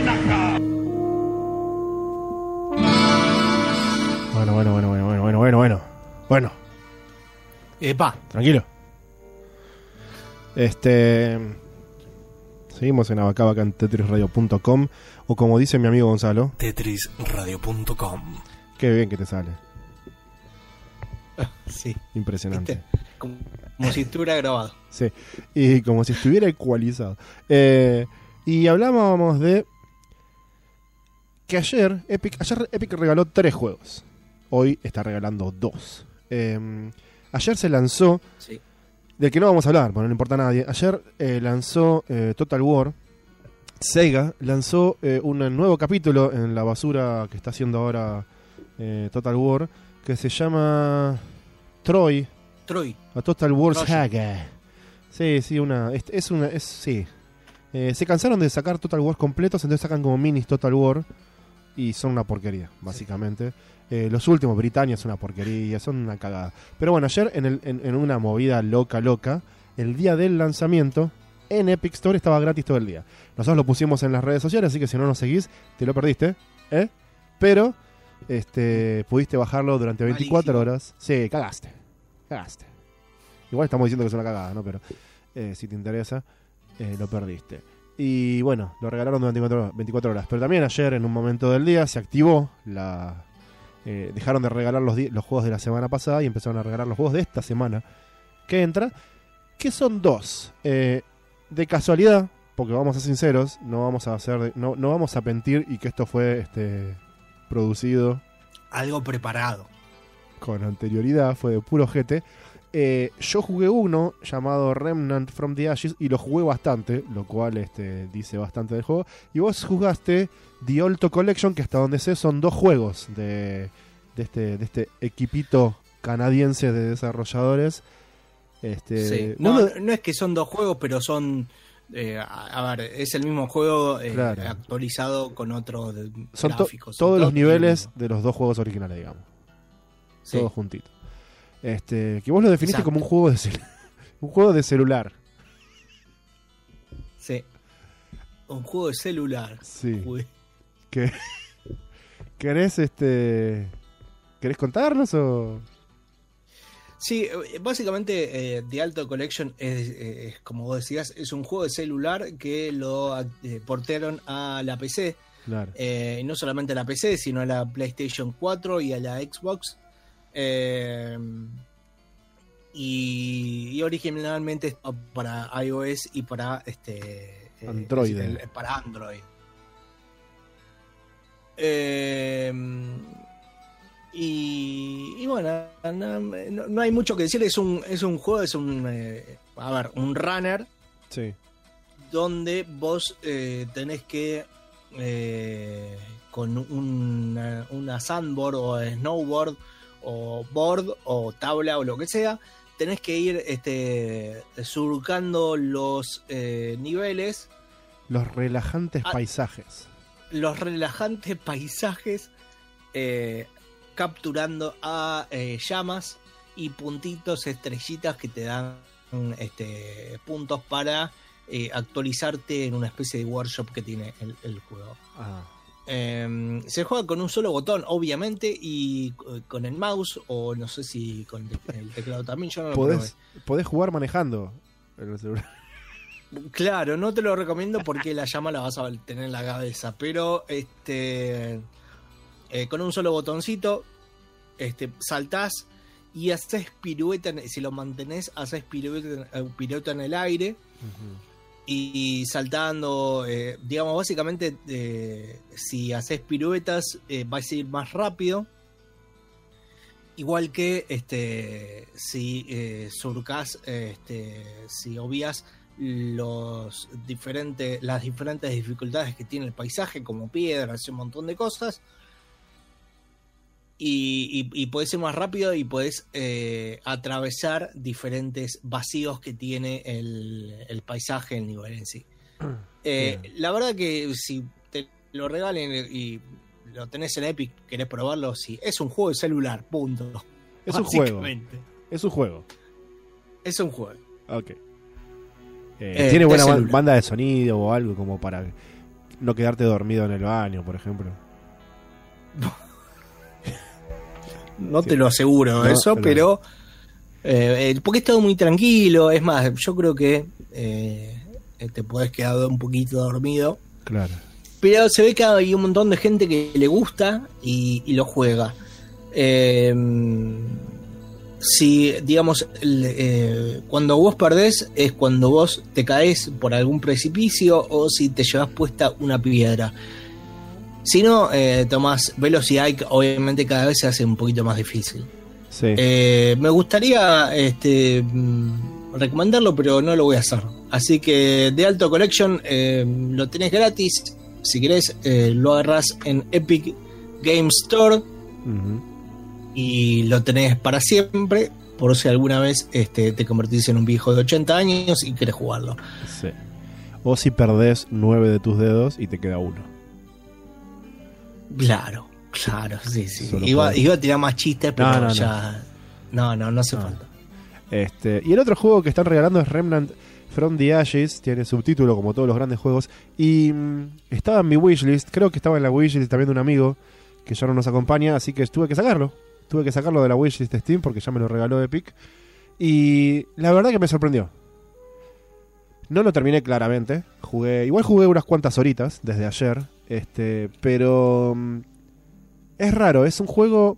Bueno, bueno, bueno, bueno, bueno, bueno, bueno, bueno. Bueno, Epa. tranquilo. Este. Seguimos en Abacabaca en tetris radio punto com. O como dice mi amigo Gonzalo. tetris radio punto com. Qué bien que te sale. Sí. Impresionante. ¿Viste? Como, como si estuviera grabado. Sí. Y como si estuviera ecualizado. Eh, y hablábamos de que ayer Epic, ayer Epic regaló tres juegos. Hoy está regalando dos. Eh, ayer se lanzó, Sí. del que no vamos a hablar, porque no le importa a nadie. Ayer eh, lanzó eh, Total War. Sega lanzó eh, un nuevo capítulo en la basura que está haciendo ahora eh, Total War, que se llama Troy, Troy. a Total War Troy. Saga. Sí, sí, una. Es, es una. Es, sí. Eh, se cansaron de sacar Total War completos, entonces sacan como minis Total War. Y son una porquería, básicamente. Eh, los últimos, Britannia, es una porquería, son una cagada. Pero bueno, ayer en, el, en, en una movida loca, loca, el día del lanzamiento, en Epic Store estaba gratis todo el día. Nosotros lo pusimos en las redes sociales, así que si no nos seguís, te lo perdiste. ¿eh? Pero este pudiste bajarlo durante veinticuatro Malísimo. horas. Sí, cagaste. Cagaste. Igual estamos diciendo que es una cagada, ¿no? Pero eh, si te interesa, eh, lo perdiste. Y bueno, lo regalaron durante veinticuatro horas. Pero también ayer, en un momento del día, se activó la... Eh, dejaron de regalar los, di- los juegos de la semana pasada y empezaron a regalar los juegos de esta semana que entra, que son dos. Eh, de casualidad, porque vamos a ser sinceros, no vamos a hacer, no, no vamos a mentir y que esto fue este producido Algo preparado. con anterioridad, fue de puro jete. Eh, yo jugué uno llamado Remnant from the Ashes y lo jugué bastante, lo cual este, dice bastante del juego. Y vos jugaste The Alto Collection, que hasta donde sé son dos juegos de, de, este, de este equipito canadiense de desarrolladores. Este, Sí. No, uno- no es que son dos juegos, pero son. eh, a, a ver, es el mismo juego eh, Claro. actualizado con otros son to- gráficos. todos Son los todos niveles mismos. de los dos juegos originales, digamos. Sí. Todos juntitos. Este, que vos lo definiste Exacto. como un juego de cel- un juego de celular. Sí. Un juego de celular. Sí. Jugué. que ¿Querés este querés contarnos o Sí, eh, básicamente eh, The Alto Collection es, eh, es, como vos decías, es un juego de celular que lo eh, portaron a la P C. claro. Eh, y no solamente a la P C, sino a la PlayStation cuatro y a la Xbox. Eh, y, y originalmente es para iOS y para este eh, Android. el- para Android. Eh, y, y bueno, no, no- no hay mucho que decir. Es un, es un juego, es un eh, a ver, un runner Sí. donde vos eh, tenés que eh, con una, una sandboard o snowboard o board o tabla o lo que sea, tenés que ir este, surcando los eh, niveles, Los relajantes Ah. paisajes. los relajantes paisajes, eh, capturando a eh, llamas y puntitos, estrellitas que te dan este, puntos para eh, actualizarte en una especie de workshop que tiene el, el juego. Ah. Eh, se juega con un solo botón, obviamente, y eh, con el mouse, o no sé si con el teclado también. Yo no lo Podés, podés jugar manejando en el celular. probé. Claro, no te lo recomiendo porque la llama la vas a tener en la cabeza, pero este eh, con un solo botoncito este, saltás y haces pirueta. en- Si lo mantenés, haces pirueta, eh, pirueta en el aire. Y saltando, eh, digamos, básicamente, eh, si haces piruetas, eh, vas a ir más rápido. Igual que este, si eh, surcás, este, si obvias los diferentes, las diferentes dificultades que tiene el paisaje, como piedras y un montón de cosas. Y, y, y podés ir más rápido y podés eh, atravesar diferentes vacíos que tiene el, el paisaje, el nivel en sí. Eh, la verdad que si te lo regalen y lo tenés en Epic, querés probarlo, sí. Es un juego de celular, punto. Es un juego. Básicamente. Es un juego. Es un juego. Ok. Eh, Eh, ¿Tiene de buena ba- celular. banda de sonido o algo como para no quedarte dormido en el baño, por ejemplo. No Sí. te lo aseguro No, eso, pero- pero... eh, eh, porque he estado muy tranquilo. Es más, yo creo que eh, te podés quedar un poquito dormido. Claro. Pero se ve que hay un montón de gente que le gusta y, y lo juega. Eh, si, digamos, el, eh, cuando vos perdés es cuando vos te caes por algún precipicio o si te llevas puesta una piedra. Si no, eh, tomás velocidad y obviamente cada vez se hace un poquito más difícil. Sí. Eh, me gustaría este, mm, recomendarlo, pero no lo voy a hacer. Así que The Alto Collection eh, lo tenés gratis. Si querés, eh, lo agarrás en Epic Game Store Ujú. y lo tenés para siempre. Por si alguna vez este, te convertís en un viejo de ochenta años y querés jugarlo. Sí. O si perdés nueve de tus dedos y te queda uno. Claro, claro, sí, sí. Solo Iba, puedo. iba a tirar más chistes, pero No, no, no. ya. No, no, no hace No. falta. Este, y el otro juego que están regalando es Remnant From the Ashes, tiene subtítulo como todos los grandes juegos, y mm, estaba en mi wishlist, creo que estaba en la wishlist también de un amigo que ya no nos acompaña, así que tuve que sacarlo, tuve que sacarlo de la wishlist de Steam porque ya me lo regaló Epic, y la verdad que me sorprendió. No lo terminé claramente, jugué, igual jugué unas cuantas horitas desde ayer, este, pero mm, es raro, es un juego...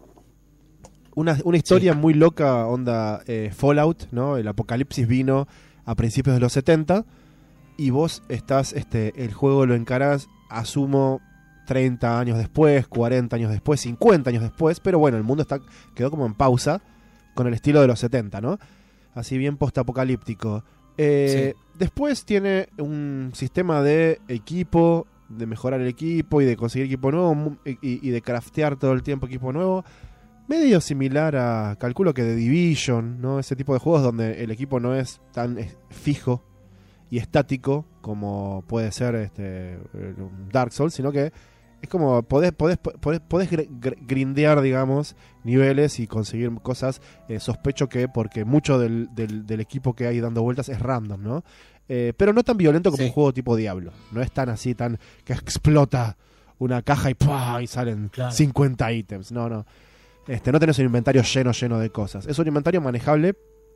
Una, una historia Sí. muy loca, onda eh, Fallout, ¿no? El apocalipsis vino a principios de los setenta y vos estás, este, el juego lo encarás, asumo, treinta años después, cuarenta años después, cincuenta años después, pero bueno, el mundo está quedó como en pausa con el estilo de los setenta, ¿no? Así bien postapocalíptico. Eh, Después tiene un sistema de equipo, de mejorar el equipo y de conseguir equipo nuevo mu- y, y de craftear todo el tiempo equipo nuevo. Medio similar a, calculo que The Division, ¿no? Ese tipo de juegos donde el equipo no es tan eh, fijo y estático como puede ser este un Dark Souls, sino que es como podés, podés, podés, podés gr- gr- grindear, digamos, niveles y conseguir cosas. Eh, sospecho que porque mucho del, del, del equipo que hay dando vueltas es random, ¿no? Eh, pero no tan violento como Sí. un juego tipo Diablo. No es tan así, tan que explota una caja y ¡pua! Y salen Claro. cincuenta ítems. No, no. Este, no tenés un inventario lleno, lleno de cosas. Es un inventario manejable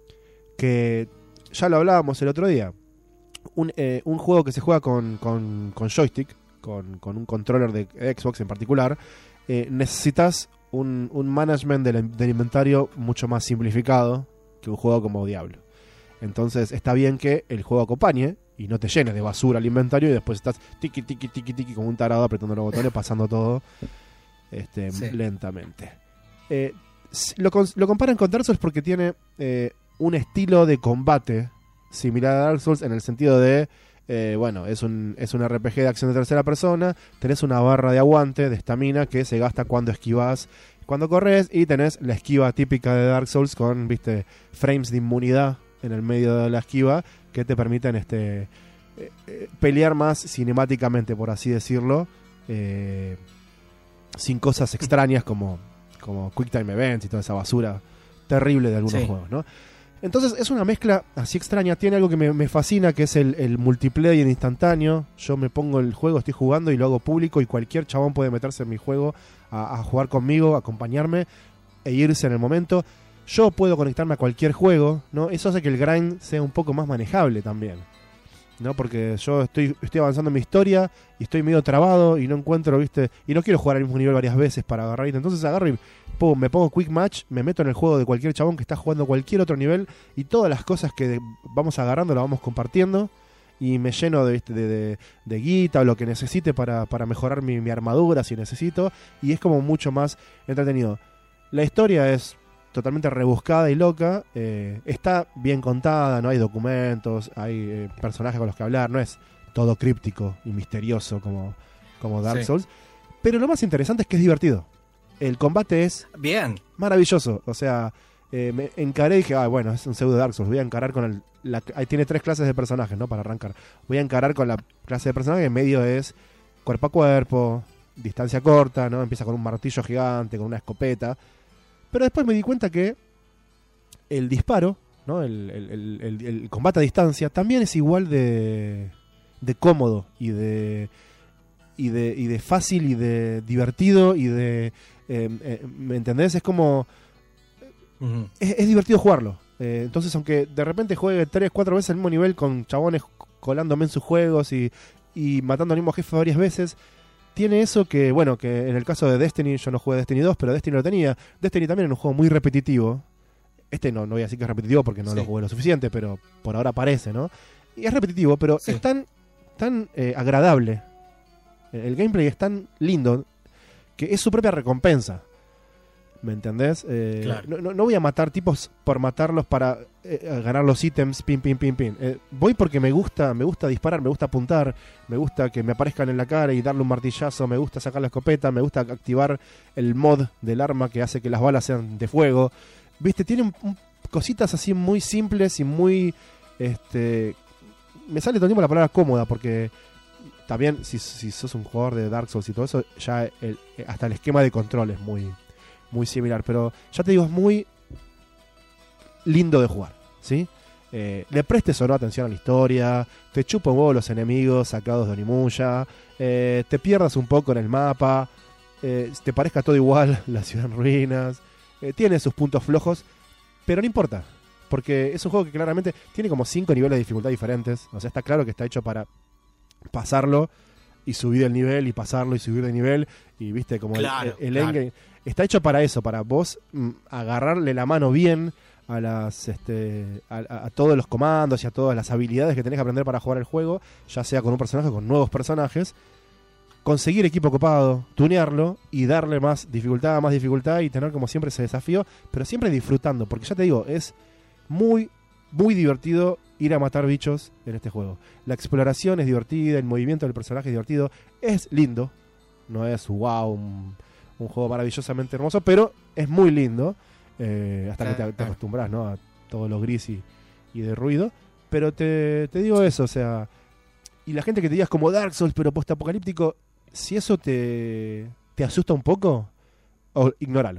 que ya lo hablábamos el otro día. Un, eh, un juego que se juega con, con, con joystick, con, con un controller de Xbox en particular, eh, necesitas un, un management del, del inventario mucho más simplificado que un juego como Diablo. Entonces está bien que el juego acompañe y no te llene de basura el inventario y después estás tiki tiki tiki tiki como un tarado apretando los botones, pasando todo este, Sí. lentamente. Eh, s- lo, cons- lo comparan con Dark Souls porque tiene eh, un estilo de combate similar a Dark Souls en el sentido de, eh, bueno, es un, es un R P G de acción de tercera persona, tenés una barra de aguante, de estamina, que se gasta cuando esquivas, cuando corres, y tenés la esquiva típica de Dark Souls con, viste, frames de inmunidad en el medio de la esquiva que te permiten este eh, eh, pelear más cinemáticamente, por así decirlo, eh, sin cosas extrañas como, como Quick Time Events y toda esa basura terrible de algunos Sí. juegos, ¿no? Entonces es una mezcla así extraña, tiene algo que me, me fascina, que es el, el multiplayer instantáneo. Yo me pongo el juego, estoy jugando y lo hago público y cualquier chabón puede meterse en mi juego a, a jugar conmigo, a acompañarme e irse en el momento. Yo puedo conectarme a cualquier juego, ¿no? Eso hace que el grind sea un poco más manejable también, ¿no? Porque yo estoy, estoy avanzando en mi historia y estoy medio trabado y no encuentro, ¿viste? Y no quiero jugar al mismo nivel varias veces para agarrar. Entonces agarro y pum, me pongo quick match, me meto en el juego de cualquier chabón que está jugando cualquier otro nivel y todas las cosas que vamos agarrando las vamos compartiendo y me lleno de, ¿viste? de, de, de guita o lo que necesite para, para mejorar mi, mi armadura si necesito, y es como mucho más entretenido. La historia es totalmente rebuscada y loca, eh, está bien contada, no hay documentos, hay eh, personajes con los que hablar, no es todo críptico y misterioso como, como Dark Sí. Souls, pero lo más interesante es que es divertido. El combate es Bien. maravilloso, o sea, eh, me encaré y dije, ah, bueno, es un pseudo Dark Souls, voy a encarar con el... La, ahí tiene tres clases de personajes, ¿no? Para arrancar. Voy a encarar con la clase de personaje que en medio es cuerpo a cuerpo, distancia corta, ¿no? Empieza con un martillo gigante, con una escopeta. Pero después me di cuenta que el disparo, ¿no? El, el- el- el- el combate a distancia también es igual de, de cómodo y de, y de y de fácil y de divertido y de... Eh, eh, ¿me entendés? Es como... Ujú. Es, es divertido jugarlo. Eh, entonces, aunque de repente juegue tres, cuatro veces el mismo nivel con chabones colándome en sus juegos y, y matando al mismo jefe varias veces, tiene eso que, bueno, que en el caso de Destiny, yo no jugué Destiny dos, pero Destiny lo tenía. Destiny también era un juego muy repetitivo. Este no, no voy a decir que es repetitivo porque no Sí. lo jugué lo suficiente, pero por ahora parece, ¿no? Y es repetitivo, pero Sí. es tan, tan eh, agradable. El gameplay es tan lindo que es su propia recompensa. ¿Me entendés? Eh, Claro. no, no- no voy a matar tipos por matarlos para eh, ganar los ítems, pin, pin, pin, pin. Eh, voy porque me gusta, me gusta disparar, me gusta apuntar, me gusta que me aparezcan en la cara y darle un martillazo, me gusta sacar la escopeta, me gusta activar el mod del arma que hace que las balas sean de fuego. Viste, tiene un- un- cositas así muy simples y muy... este me sale todo el tiempo la palabra cómoda porque también si, si sos un jugador de Dark Souls y todo eso, ya el- hasta el esquema de control es muy... muy similar, pero ya te digo, es muy lindo de jugar, ¿sí? Eh, le prestes o no atención a la historia, te chupa un huevo los enemigos sacados de Onimusha, eh, te pierdas un poco en el mapa, eh, te parezca todo igual, la ciudad en ruinas, eh, tiene sus puntos flojos, pero no importa, porque es un juego que claramente tiene como cinco niveles de dificultad diferentes, o sea, está claro que está hecho para pasarlo y subir el nivel y pasarlo y subir de nivel y viste como el- Claro, el, el claro. endgame está hecho para eso, para vos mm, agarrarle la mano bien a las este a, a- a todos los comandos y a todas las habilidades que tenés que aprender para jugar el juego, ya sea con un personaje o con nuevos personajes, conseguir equipo copado, tunearlo y darle más dificultad, más dificultad y tener como siempre ese desafío, pero siempre disfrutando, porque ya te digo, es muy muy divertido ir a matar bichos en este juego. La exploración es divertida, el movimiento del personaje es divertido, es lindo, no es wow, un, un juego maravillosamente hermoso, pero es muy lindo, eh, hasta que te, te Claro. acostumbras, ¿no? A todo lo gris y, y de ruido. Pero te, te digo eso, o sea, y la gente que te digas como Dark Souls, pero post-apocalíptico, si eso te, te asusta un poco, o, ignóralo.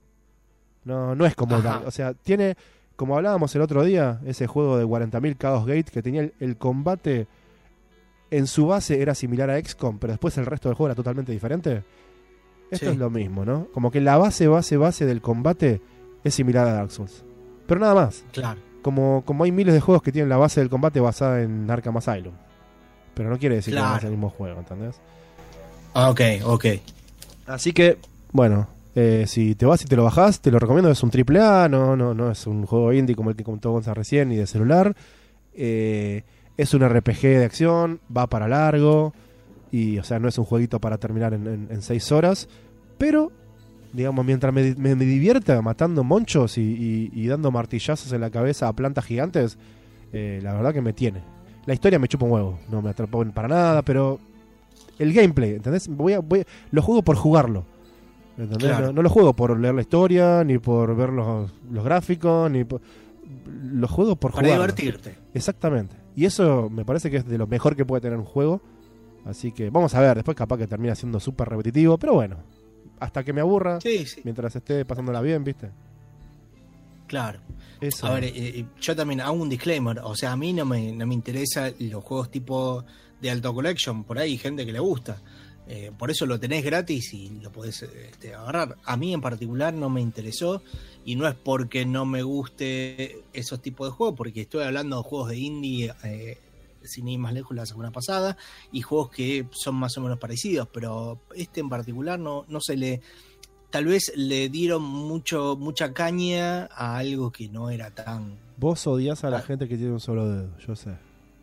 No, no es como Ajá. Dark, o sea, tiene, como hablábamos el otro día, ese juego de cuarenta mil Chaos Gate que tenía el, el combate en su base era similar a X COM, pero después el resto del juego era totalmente diferente. Esto Sí. es lo mismo, ¿no? Como que la base, base, base del combate es similar a Dark Souls. Pero nada más. Claro. Como, como hay miles de juegos que tienen la base del combate basada en Arkham Asylum. Pero no quiere decir Claro. que es el mismo juego, ¿entendés? Ah, ok, ok. Así que, bueno, eh, si te vas y te lo bajás, te lo recomiendo. Es un triple A, no, no, no es un juego indie como el que contó Gonza recién, ni de celular. Eh, es un R P G de acción, va para largo. Y, o sea, no es un jueguito para terminar en, en, en seis horas. Pero, digamos, mientras me, me, me divierta matando monchos y, y, y dando martillazos en la cabeza a plantas gigantes, eh, la verdad que me tiene. La historia me chupa un huevo, no me atrapó para nada, pero el gameplay, ¿entendés? Voy a, voy a- lo juego por jugarlo. ¿Entendés? Claro. No, no lo juego por leer la historia, ni por ver los, los gráficos, ni por, lo juego por Para jugarlo. divertirte. Exactamente. Y eso me parece que es de lo mejor que puede tener un juego. Así que vamos a ver, después capaz que termina siendo súper repetitivo, pero bueno, hasta que me aburra, Sí, sí. mientras esté pasándola bien, ¿viste? Claro. Eso. A ver, eh, eh, yo también hago un disclaimer. O sea, a mí no me, no me interesa los juegos tipo de Alto Collection. Por ahí hay gente que le gusta. Eh, por eso lo tenés gratis y lo podés este, agarrar. A mí en particular no me interesó. Y no es porque no me guste esos tipos de juegos. Porque estoy hablando de juegos de indie, eh, sin ir más lejos la semana pasada. Y juegos que son más o menos parecidos. Pero este en particular no, no se le... Tal vez le dieron mucho mucha caña a algo que no era tan... Vos odias a la Ah. gente que tiene un solo dedo, yo sé.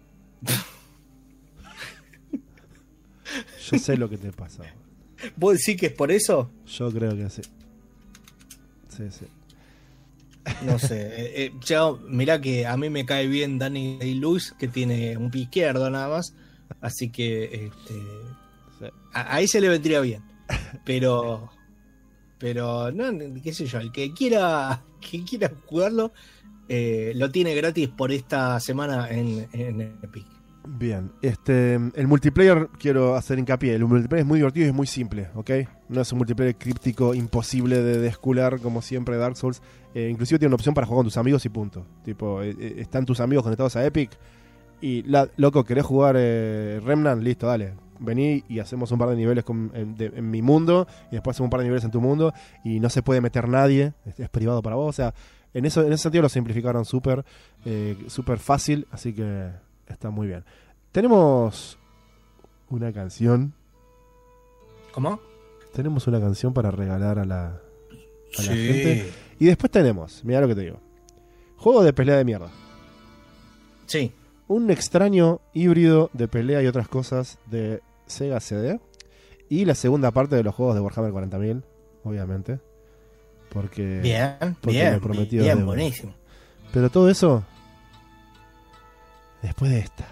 Yo sé lo que te pasa. ¿Vos decís que es por eso? Yo creo que sí. Sí, sí. No sé. eh, eh, yo, mirá que a mí me cae bien Danny Day-Lewis, que tiene un pie izquierdo nada más. Así que este, Sí. a, a ese le vendría bien. Pero... Pero, no, qué sé yo, el que quiera, que quiera jugarlo, eh, lo tiene gratis por esta semana en, en Epic. Bien, este, el multiplayer quiero hacer hincapié. El multiplayer es muy divertido y es muy simple, ¿ok? No es un multiplayer críptico imposible de descular como siempre Dark Souls. Eh, inclusive tiene una opción para jugar con tus amigos y punto. Tipo, eh, eh, están tus amigos conectados a Epic Y, la, loco, ¿querés jugar eh, Remnant? Listo, dale. Vení y hacemos un par de niveles con, en, de, en mi mundo y después hacemos un par de niveles en tu mundo y no se puede meter nadie, es, es privado para vos. O sea, en eso en ese sentido lo simplificaron súper eh, súper fácil, así que está muy bien. Tenemos una canción. ¿Cómo? Tenemos una canción para regalar a la, a la Sí. gente. Y después tenemos, mirá lo que te digo. Juego de pelea de mierda. Sí. Un extraño híbrido de pelea y otras cosas de Sega C D. Y la segunda parte de los juegos de Warhammer cuarenta mil, obviamente. Porque, Bien, porque bien, me prometió bien, de- buenísimo. Pero todo eso después de esta.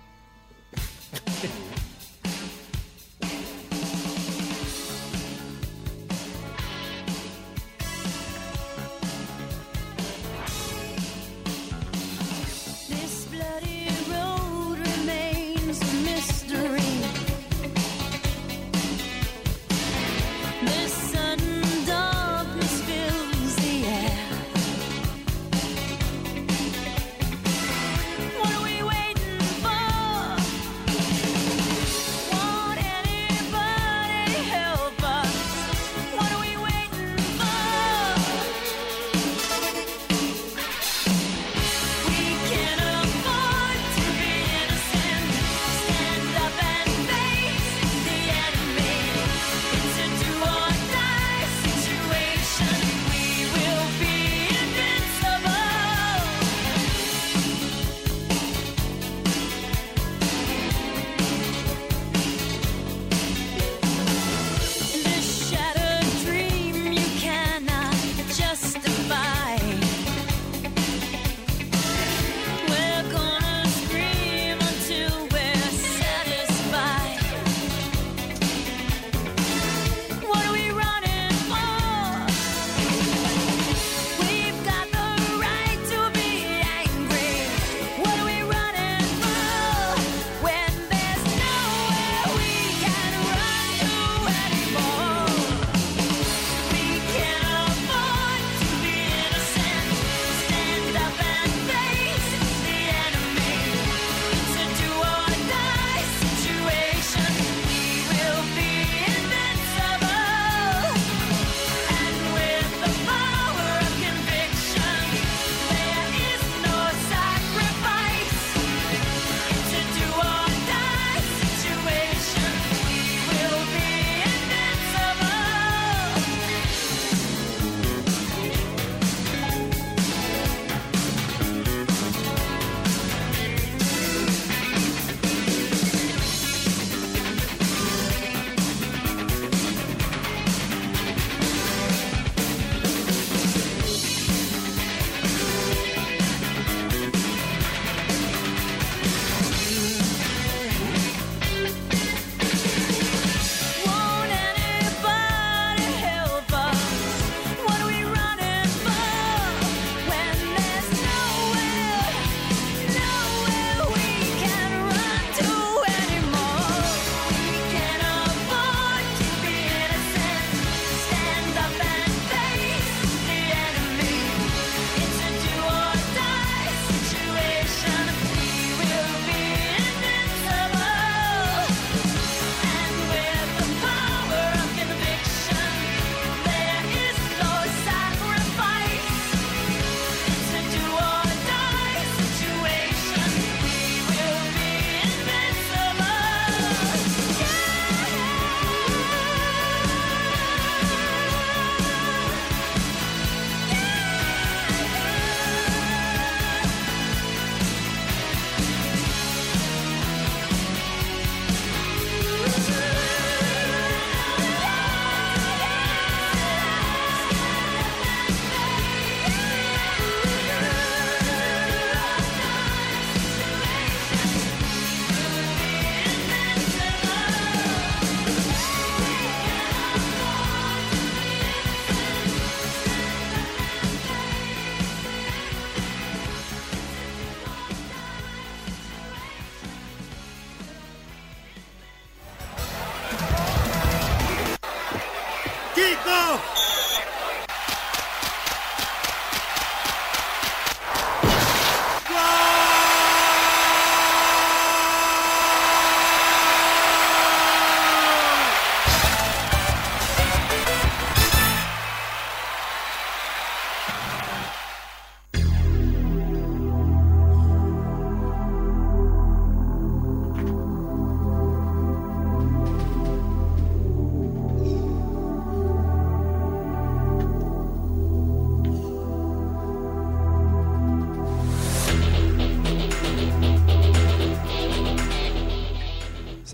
This bloody road remains a mystery. This sudden darkness fills the air. What are we waiting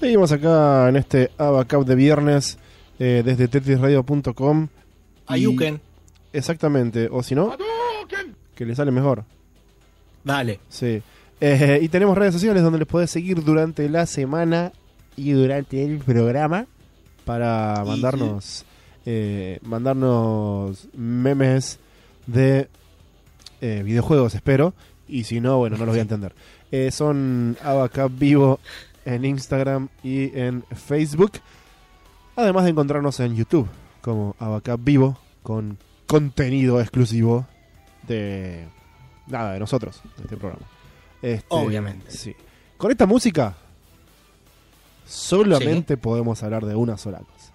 Seguimos acá en este Abacap de viernes eh, desde tetris radio punto com. Ayuken. Exactamente, o si no, que le sale mejor. Dale. Sí. Eh, y tenemos redes sociales donde les podés seguir durante la semana y durante el programa para Y- mandarnos eh, mandarnos memes de eh, videojuegos, espero. Y si no, bueno, no los voy a entender. Eh, son Abacap Vivo en Instagram y en Facebook. Además de encontrarnos en YouTube como Abacap Vivo con contenido exclusivo de nada, de nosotros, de este programa. Este, Obviamente. Sí. Con esta música solamente podemos hablar de una sola cosa.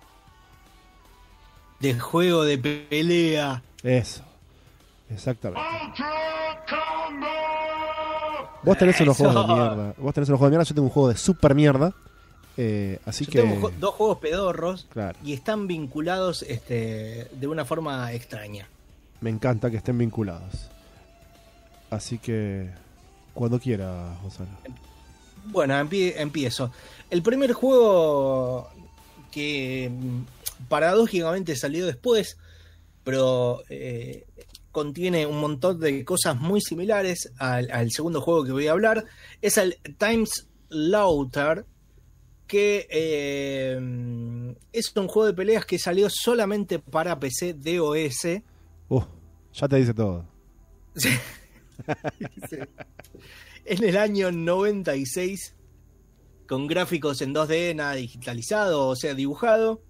De juego de pelea. Eso. Exactamente. Vos tenés unos Eso. juegos de mierda. Vos tenés unos juegos de mierda, yo tengo un juego de super mierda. Eh, así Yo que. tengo jo- dos juegos pedorros Claro. y están vinculados este, de una forma extraña. Me encanta que estén vinculados. Así que. Cuando quiera, Gonzalo. Bueno, empie- empiezo. El primer juego que mm, paradójicamente salió después, pero eh, contiene un montón de cosas muy similares al, al segundo juego que voy a hablar, es el Times Laughter, que eh, es un juego de peleas que salió solamente para P C DOS. Uh, ya te dice todo. Sí. En el año noventa y seis, con gráficos en dos D, nada digitalizado, o sea, dibujado.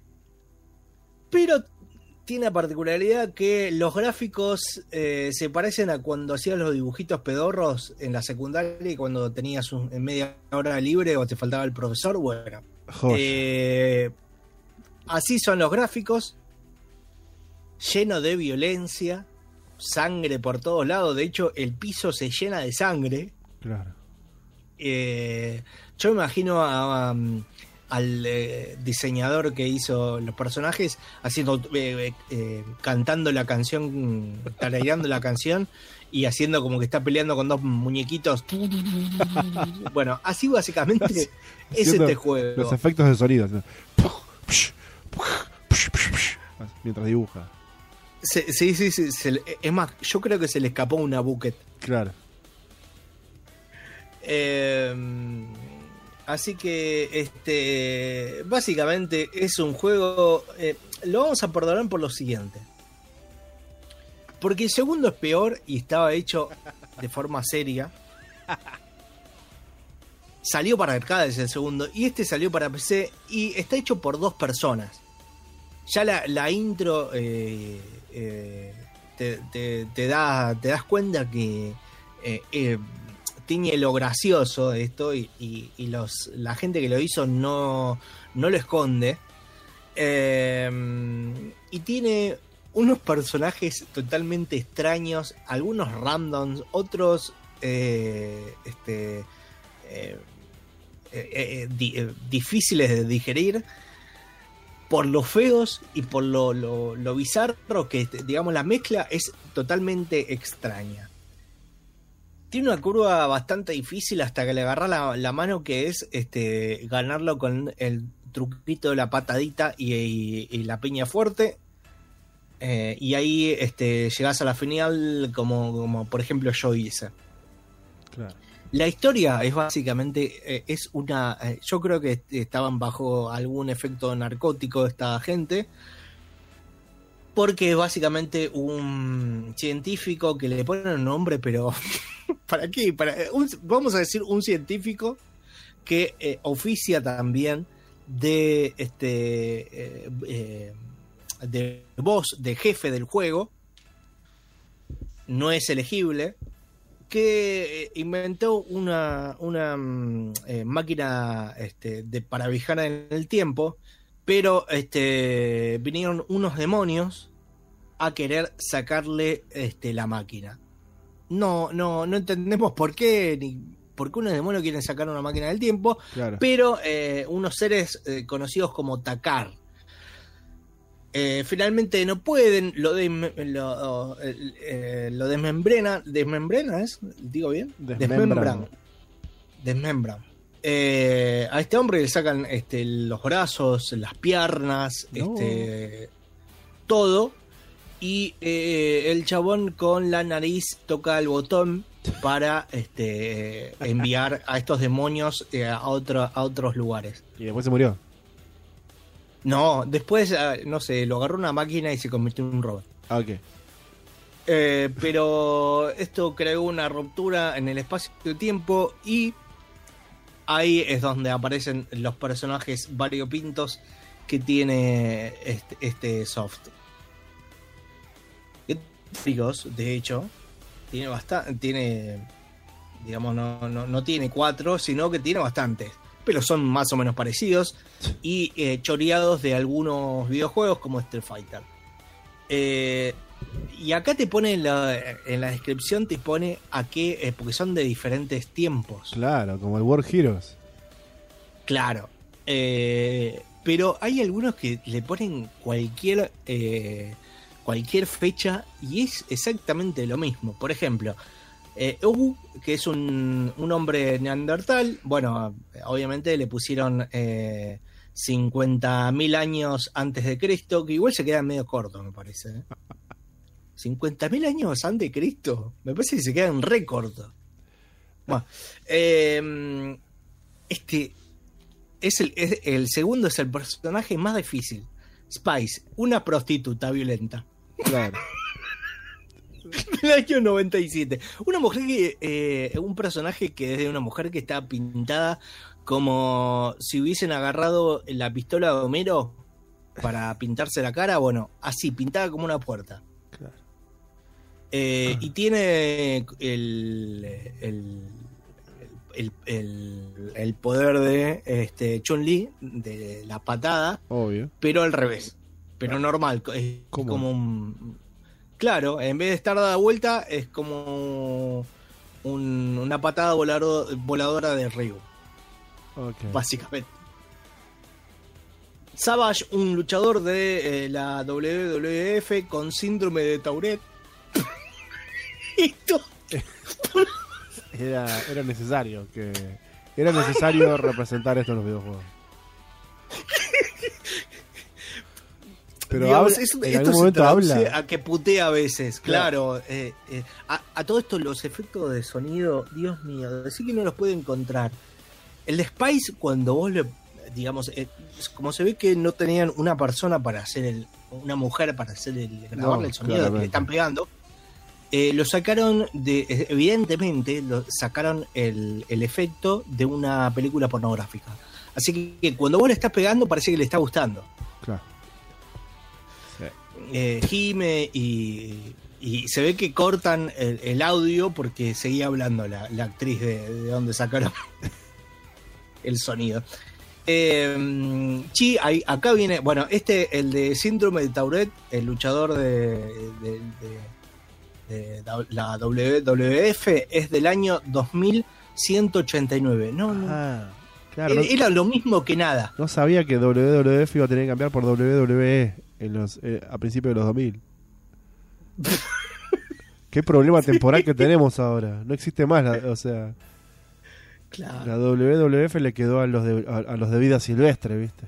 Pero tiene la particularidad que los gráficos eh, se parecen a cuando hacías los dibujitos pedorros en la secundaria y cuando tenías un, en media hora libre o te faltaba el profesor. Bueno, Joya. eh, así son los gráficos, lleno de violencia, sangre por todos lados. De hecho, el piso se llena de sangre. Claro. Eh, yo me imagino a, um, al eh, diseñador que hizo los personajes haciendo eh, eh, cantando la canción, tarareando la canción y haciendo como que está peleando con dos muñequitos. Bueno, así básicamente es Haciendo este juego. Los efectos de sonido. haciendo mientras dibuja. Se- Sí, sí, sí, se le- es más, yo creo que se le escapó una bucket. Claro. Eh, así que, este, básicamente es un juego. Eh, lo vamos a perdonar por lo siguiente. Porque el segundo es peor y estaba hecho de forma seria. Salió para arcades el segundo y este salió para P C y está hecho por dos personas. Ya la, la intro eh, eh, te, te- te da, te das cuenta que eh, eh, tiene lo gracioso de esto y, y- y los, la gente que lo hizo no, no lo esconde. Eh, y tiene unos personajes totalmente extraños, algunos randoms, otros eh, este, eh, eh, eh, di- eh, difíciles de digerir por lo feos y por lo, lo, lo bizarro que, digamos, la mezcla es totalmente extraña. Tiene una curva bastante difícil hasta que le agarra la, la mano, que es este ganarlo con el truquito de la patadita y, y- y la piña fuerte. Eh, y ahí este, llegás a la final como, como por ejemplo yo hice. Claro. La historia es básicamente, eh, es una, eh, yo creo que estaban bajo algún efecto narcótico esta gente, porque es básicamente un científico que le ponen un nombre, pero ¿para qué? Para, un- vamos a decir un científico que eh, oficia también de este eh, eh, de voz, de jefe del juego, no es elegible, que eh, inventó una, una mm, eh, máquina este, de, para viajar en el tiempo, pero este, vinieron unos demonios a querer sacarle este, la máquina. No, no, no entendemos por qué, ni por qué unos demonios quieren sacar una máquina del tiempo, Claro. pero eh, unos seres eh, conocidos como Takar. Eh, finalmente no pueden, lo, de, lo, eh, lo desmembrena, desmembrena es, digo bien, Desmembran. desmembran, desmembran. Eh, a este hombre le sacan este, los brazos, las piernas, No. este, todo. Y eh, el chabón con la nariz toca el botón para este, enviar a estos demonios eh, a, otro, a otros lugares. Y después se murió. No, después, eh, no sé, lo agarró una máquina y se convirtió en un robot. Ah, ok. Eh, pero esto creó una ruptura en el espacio-tiempo y ahí es donde aparecen los personajes variopintos que tiene este, este soft. Gráficos, de hecho, tiene bastante, tiene, digamos, no, no, no tiene cuatro, sino que tiene bastantes, pero son más o menos parecidos y eh, choreados de algunos videojuegos como Street Fighter. Eh, y acá te pone en la, en la descripción, te pone a qué, eh, porque son de diferentes tiempos. Claro, como el World Heroes. Claro. Eh, pero hay algunos que le ponen cualquier eh, cualquier fecha y es exactamente lo mismo. Por ejemplo, eh, Ewu, que es un, un hombre neandertal, bueno, obviamente le pusieron eh, cincuenta mil años antes de Cristo, que igual se queda medio corto, me parece. ¿eh? cincuenta mil años antes de Cristo, me parece que se quedan re cortos. Bueno, eh, este es el, es el segundo es el personaje más difícil. Spice, una prostituta violenta. Claro. Del año noventa y siete. Una mujer que. Eh, un personaje que es de una mujer que está pintada como si hubiesen agarrado la pistola de Homero para pintarse la cara. Bueno, así, pintada como una puerta. Claro. Eh, y tiene el. el El, el, el poder de este, Chun-Li, de la patada, Obvio. pero al revés, pero normal, es ¿Cómo? como un, claro, en vez de estar dada vuelta es como un- una patada volaro- voladora de Ryu, Ok. básicamente. Savage, un luchador de eh, la W W F con síndrome de Tourette. Esto Era, era necesario que. Era necesario representar esto en los videojuegos. Pero Digamos, habla- es- en esto algún se momento traduce habla. a que putea a veces, Claro. claro. eh, eh, a, a todo esto, los efectos de sonido, Dios mío, decir que no los puede encontrar. El de Spice, cuando vos le, digamos, eh, es como se ve que no tenían una persona para hacer el, una mujer para hacer el, grabarle No, el sonido que claramente. le están pegando, eh, lo sacaron de, eh, evidentemente, lo sacaron el, el efecto de una película pornográfica. Así que cuando vos le estás pegando parece que le está gustando. Claro. Sí. eh, gime y, y se ve que cortan el, el audio porque seguía hablando la, la actriz de, de donde sacaron el sonido. Eh, sí, hay- acá viene, bueno, este, el de síndrome de Tourette, el luchador de, de- de- de la W W F, es del año dos mil ciento ochenta y nueve. No, no, Ah, claro. No, era, era lo mismo que nada. no sabía que W W F iba a tener que cambiar por W W E en los, eh, a principios de los dos mil. Qué problema temporal que tenemos ahora. No existe más, la- o sea, Claro. la W W F le quedó a los de, a, a los de vida silvestre, ¿viste?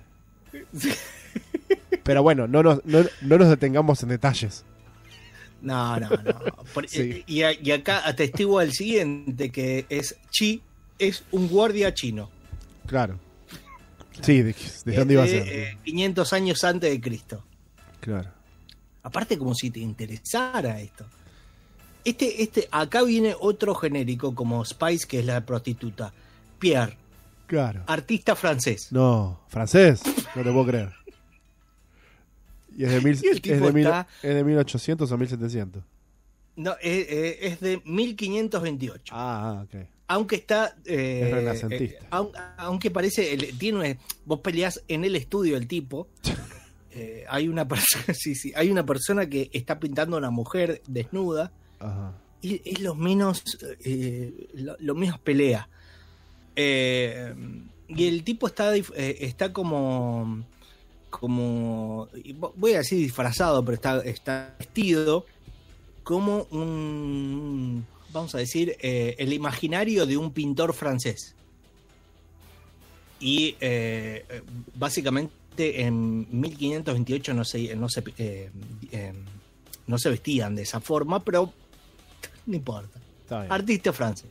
Pero bueno, no nos, no, no nos detengamos en detalles. No, no, no. Por- Sí. y, a- y acá atestigo el siguiente, que es Chi, es un guardia chino. Claro. Sí, ¿de, de dónde Eh, iba a de, ser? eh, quinientos años antes de Cristo. Claro. Aparte, como si te interesara esto. Este, este, acá viene otro genérico como Spice, que es la prostituta. Pierre, Claro. artista francés. No, francés, no te puedo creer. Y es de, mil, Y el es tipo de, mil, está- es de mil ochocientos a mil setecientos. No, eh, eh, es de mil quinientos veintiocho. Ah, ah, ok. Aunque está. eh, Es renacentista. eh, aun- aunque parece. el- tiene una- vos peleás en el estudio el tipo. eh, hay una persona. Sí, sí. Hay una persona que está pintando a una mujer desnuda. Ajá. Y es lo menos. eh, lo, lo menos pelea. Eh, y el tipo está, dif- eh, está como. Como. Voy a decir disfrazado, pero está, está vestido como un. Vamos a decir, eh, el imaginario de un pintor francés. y eh, básicamente en mil quinientos veintiocho no se, no, se, eh, eh, no se vestían de esa forma, pero no importa. Está bien. Artista francés.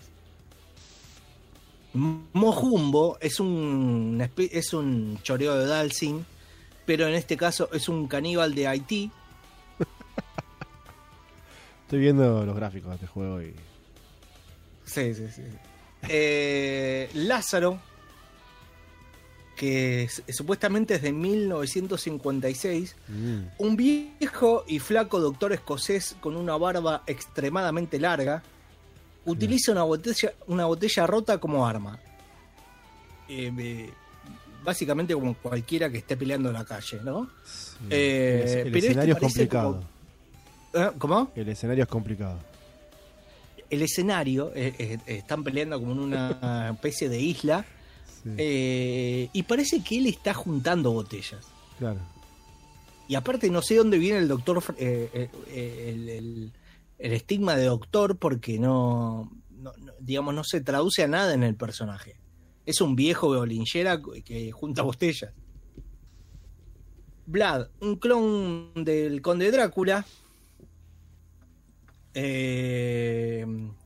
Mojumbo es un espe- es un choreo de Dalsin, pero en este caso es un caníbal de Haití. Estoy viendo los gráficos de este juego y... Sí, sí, sí. Eh, Lázaro, que es- supuestamente es de mil novecientos cincuenta y seis, Mm. un viejo y flaco doctor escocés con una barba extremadamente larga utiliza una botella, una botella rota como arma. Eh, eh, básicamente como cualquiera que esté peleando en la calle, ¿no? Sí. Eh, el, el pero este escenario es parece complicado. como- ¿Eh? ¿Cómo? El escenario es complicado. El escenario, eh, eh, están peleando como en una especie de isla, Sí, eh, y parece que él está juntando botellas. claro. Y aparte no sé dónde viene el doctor, eh, eh, eh, el, el- el estigma de doctor, porque no, no- no- digamos, no se traduce a nada en el personaje. Es un viejo violinchera que junta botellas. Vlad, un clon del Conde Drácula. Eh,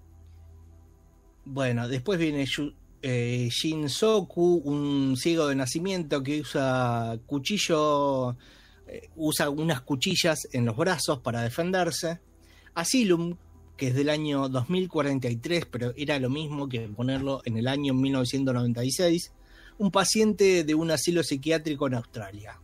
bueno, después viene Yu- eh, Shin Soku, un ciego de nacimiento que usa cuchillo, eh, usa unas cuchillas en los brazos para defenderse. Asylum, que es del año dos mil cuarenta y tres, pero era lo mismo que ponerlo en el año mil novecientos noventa y seis, un paciente de un asilo psiquiátrico en Australia.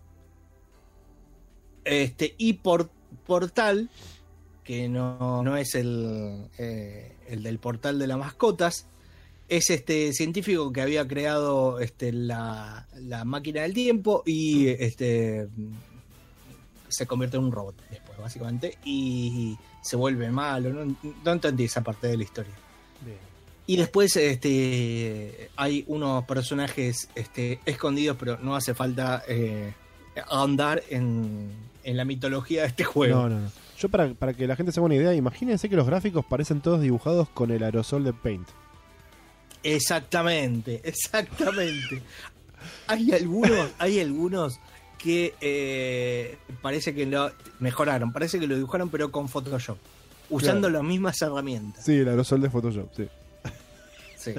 Este, y por, Portal, que no, no es el, eh, el del portal de las mascotas, es este científico que había creado este, la, la máquina del tiempo y este, se convierte en un robot después, básicamente, y se vuelve malo. No, no entendí esa parte de la historia. Bien. Y después este, hay unos personajes este, escondidos, pero no hace falta eh, ahondar en, en la mitología de este juego. No, no, no. Yo para, para que la gente se haga una idea, imagínense que los gráficos parecen todos dibujados con el aerosol de Paint. Exactamente, exactamente. Hay algunos, hay algunos que eh, parece que lo mejoraron, parece que lo dibujaron pero con Photoshop, usando Claro. las mismas herramientas. Sí, el aerosol de Photoshop, sí. Sí.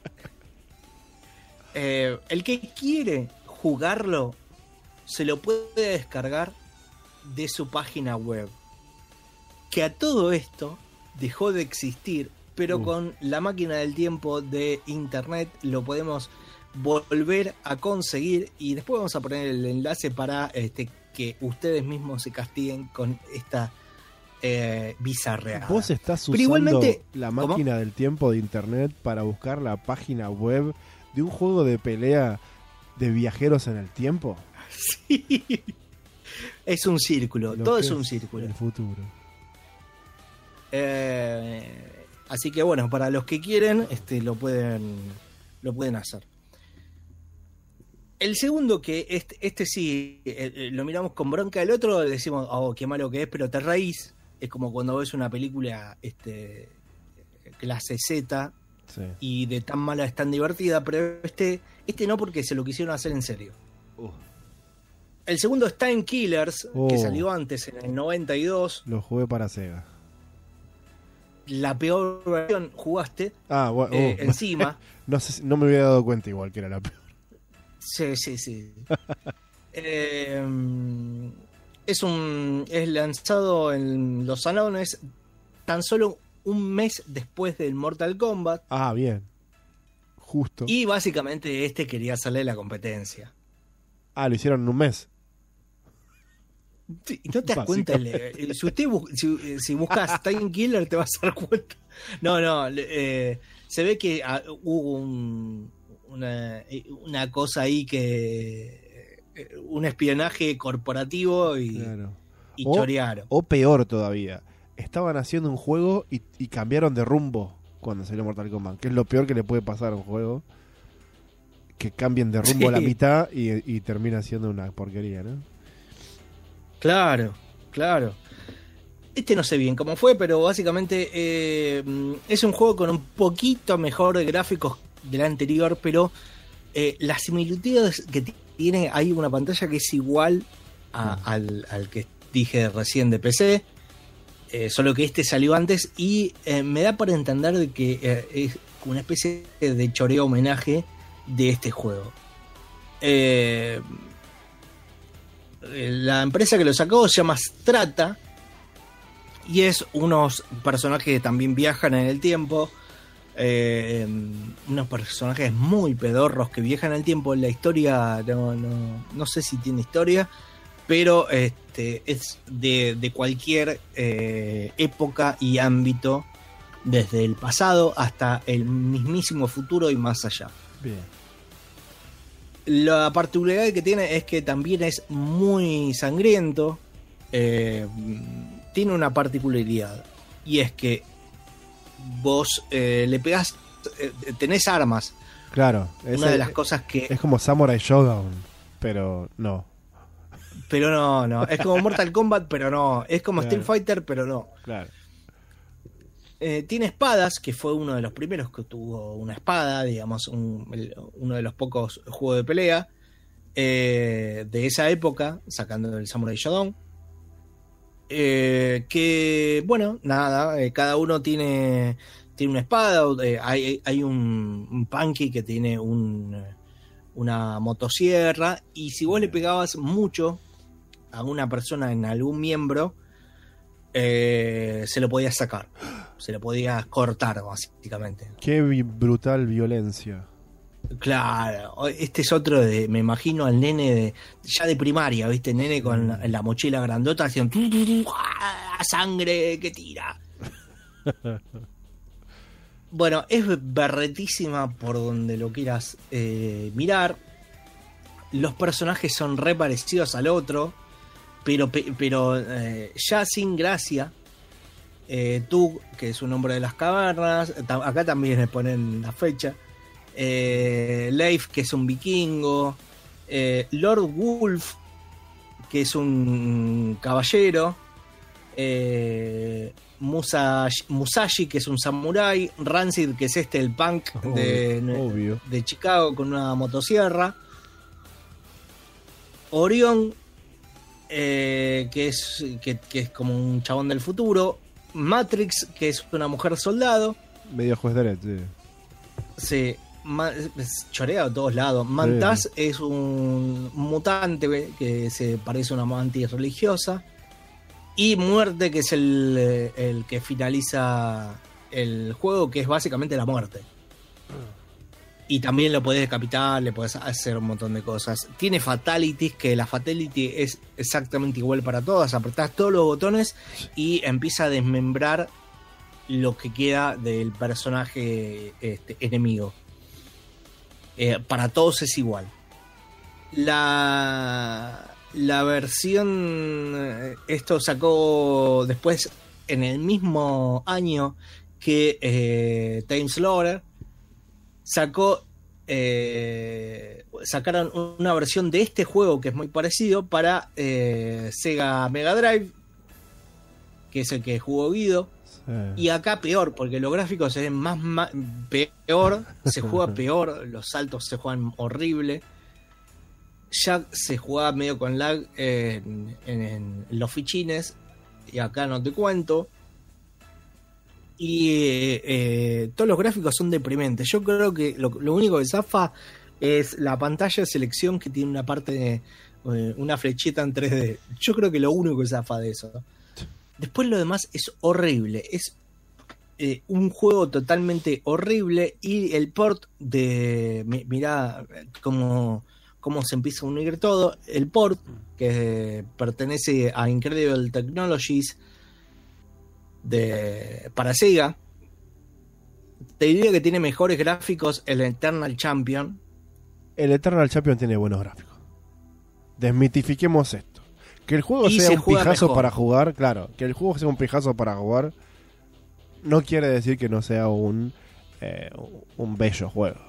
Eh, el que quiere jugarlo se lo puede descargar de su página web, que a todo esto dejó de existir, pero Uh. con la máquina del tiempo de internet lo podemos volver a conseguir, y después vamos a poner el enlace para este, que ustedes mismos se castiguen con esta eh, bizarreada. Vos estás Pero usando igualmente- la ¿Cómo? máquina del tiempo de internet para buscar la página web de un juego de pelea de viajeros en el tiempo. Sí. Es un círculo, Lo todo que es un círculo. El futuro. Eh, así que bueno, para los que quieren, este, lo pueden, lo pueden hacer. El segundo, que este, este sí, eh, eh, lo miramos con bronca, el otro le decimos, oh, qué malo que es, pero te reís. Es como cuando ves una película este, clase Z Sí. y de tan mala es tan divertida, pero este, este no, porque se lo quisieron hacer en serio. Uh, El segundo es Time Killers, Oh. que salió antes, en el noventa y dos. lo jugué para Sega. La peor versión jugaste Ah, bueno. eh, uh, encima. no, sé, si- no me había dado cuenta igual que era la peor. Sí, sí, sí. Eh, es un es lanzado en los salones tan solo un mes después del Mortal Kombat, Ah, bien. Justo. y básicamente este quería hacerle la competencia. Ah, lo hicieron en un mes. Sí, ¿no te das cuenta? Básicamente. Le- Si usted bu- si, si buscas Time Killer te vas a dar cuenta. No, no, le- eh, se ve que ah, hubo un- una, una cosa ahí que eh, un espionaje corporativo y, Claro. y O- chorearon. O peor todavía. Estaban haciendo un juego y, y cambiaron de rumbo cuando salió Mortal Kombat. Que es lo peor que le puede pasar a un juego. Que cambien de rumbo Sí. a la mitad y, y termina siendo una porquería, ¿no? Claro, claro. Este no sé bien cómo fue, pero básicamente eh, es un juego con un poquito mejor de gráficos del anterior, pero Eh, las similitudes que t- tiene, hay una pantalla que es igual a- al, al que dije recién de P C, eh, solo que este salió antes y eh, me da para entender de que eh, es una especie de choreo homenaje de este juego. Eh, la empresa que lo sacó se llama Strata y es unos personajes que también viajan en el tiempo. Eh, unos personajes muy pedorros que viajan en el tiempo. La historia no, no, no sé si tiene historia, pero este, es de, de cualquier eh, época y ámbito, desde el pasado hasta el mismísimo futuro y más allá. Bien. La particularidad que tiene es que también es muy sangriento. Eh, tiene una particularidad y es que vos eh, le pegás, eh, tenés armas. Claro. Una ese- de las cosas que... Es como Samurai Shodown, pero no. Pero no, no. Es como Mortal Kombat, pero no. Es como Claro. Street Fighter, pero no. Claro. Eh, tiene espadas, que fue uno de los primeros que tuvo una espada, digamos, un- el- uno de los pocos juegos de pelea eh, de esa época, sacando el Samurai Shodown. Eh, que, bueno, nada, eh, cada uno tiene, tiene una espada. eh, hay, hay un, un punky que tiene un, eh, una motosierra, y si vos le pegabas mucho a una persona en algún miembro, eh, se lo podías sacar, se lo podías cortar, básicamente. Qué vi- brutal violencia. Claro, este es otro de, me imagino al nene de, ya de primaria, ¿viste? Nene con la, la mochila grandota haciendo tu, tu, tu, ¡ah! Sangre que tira. Bueno, es berretísima por donde lo quieras eh, mirar. Los personajes son re parecidos al otro, pero, pe- pero eh, ya sin gracia. Eh, Tug, que es un hombre de las cavernas, ta- acá también le ponen la fecha. Eh, Leif, que es un vikingo. eh, Lord Wolf, que es un caballero. Eh, Musashi, Musashi, que es un samurái. Rancid, que es este, el punk de, Obvio, obvio. de Chicago con una motosierra. Orión, eh, que, es, que, que es como un chabón del futuro. Matrix, que es una mujer soldado. Medio juez de red, sí. Sí, ma- es choreado a todos lados. Mantas es un mutante ve, que se parece a una mantis religiosa. Y Muerte, que es el, eh, el que finaliza el juego, que es básicamente la muerte. Y también lo podés decapitar, le podés hacer un montón de cosas. Tiene fatalities, que la fatality es exactamente igual para todas. Apretás todos los botones y empieza a desmembrar lo que queda del personaje este, enemigo. Eh, para todos es igual. La, la versión... eh, Esto sacó después en el mismo año que eh, Time Slaughter. Sacó... eh, sacaron una versión de este juego que es muy parecido para eh, Sega Mega Drive, que es el que jugó Guido. Sí. Y acá peor, porque los gráficos se ven más, ma- peor, se juega peor, los saltos se juegan horrible. Ya se jugaba medio con lag en, en- en los fichines, y acá no te cuento. Y eh, eh, todos los gráficos son deprimentes. Yo creo que lo, lo único que zafa es la pantalla de selección, que tiene una parte de, eh, una flechita en tres D. Yo creo que lo único que zafa de eso. Después lo demás es horrible. Es eh, un juego totalmente horrible. Y el port de... mi- Mirá cómo, cómo se empieza a unir todo. El port, que pertenece a Incredible Technologies de, para Sega. Te diría que tiene mejores gráficos el Eternal Champion. El Eternal Champion tiene buenos gráficos. Desmitifiquemos esto. Que el juego Y sea se un juega pijazo mejor. para jugar, claro. Que el juego sea un pijazo para jugar no quiere decir que no sea un, eh, un bello juego.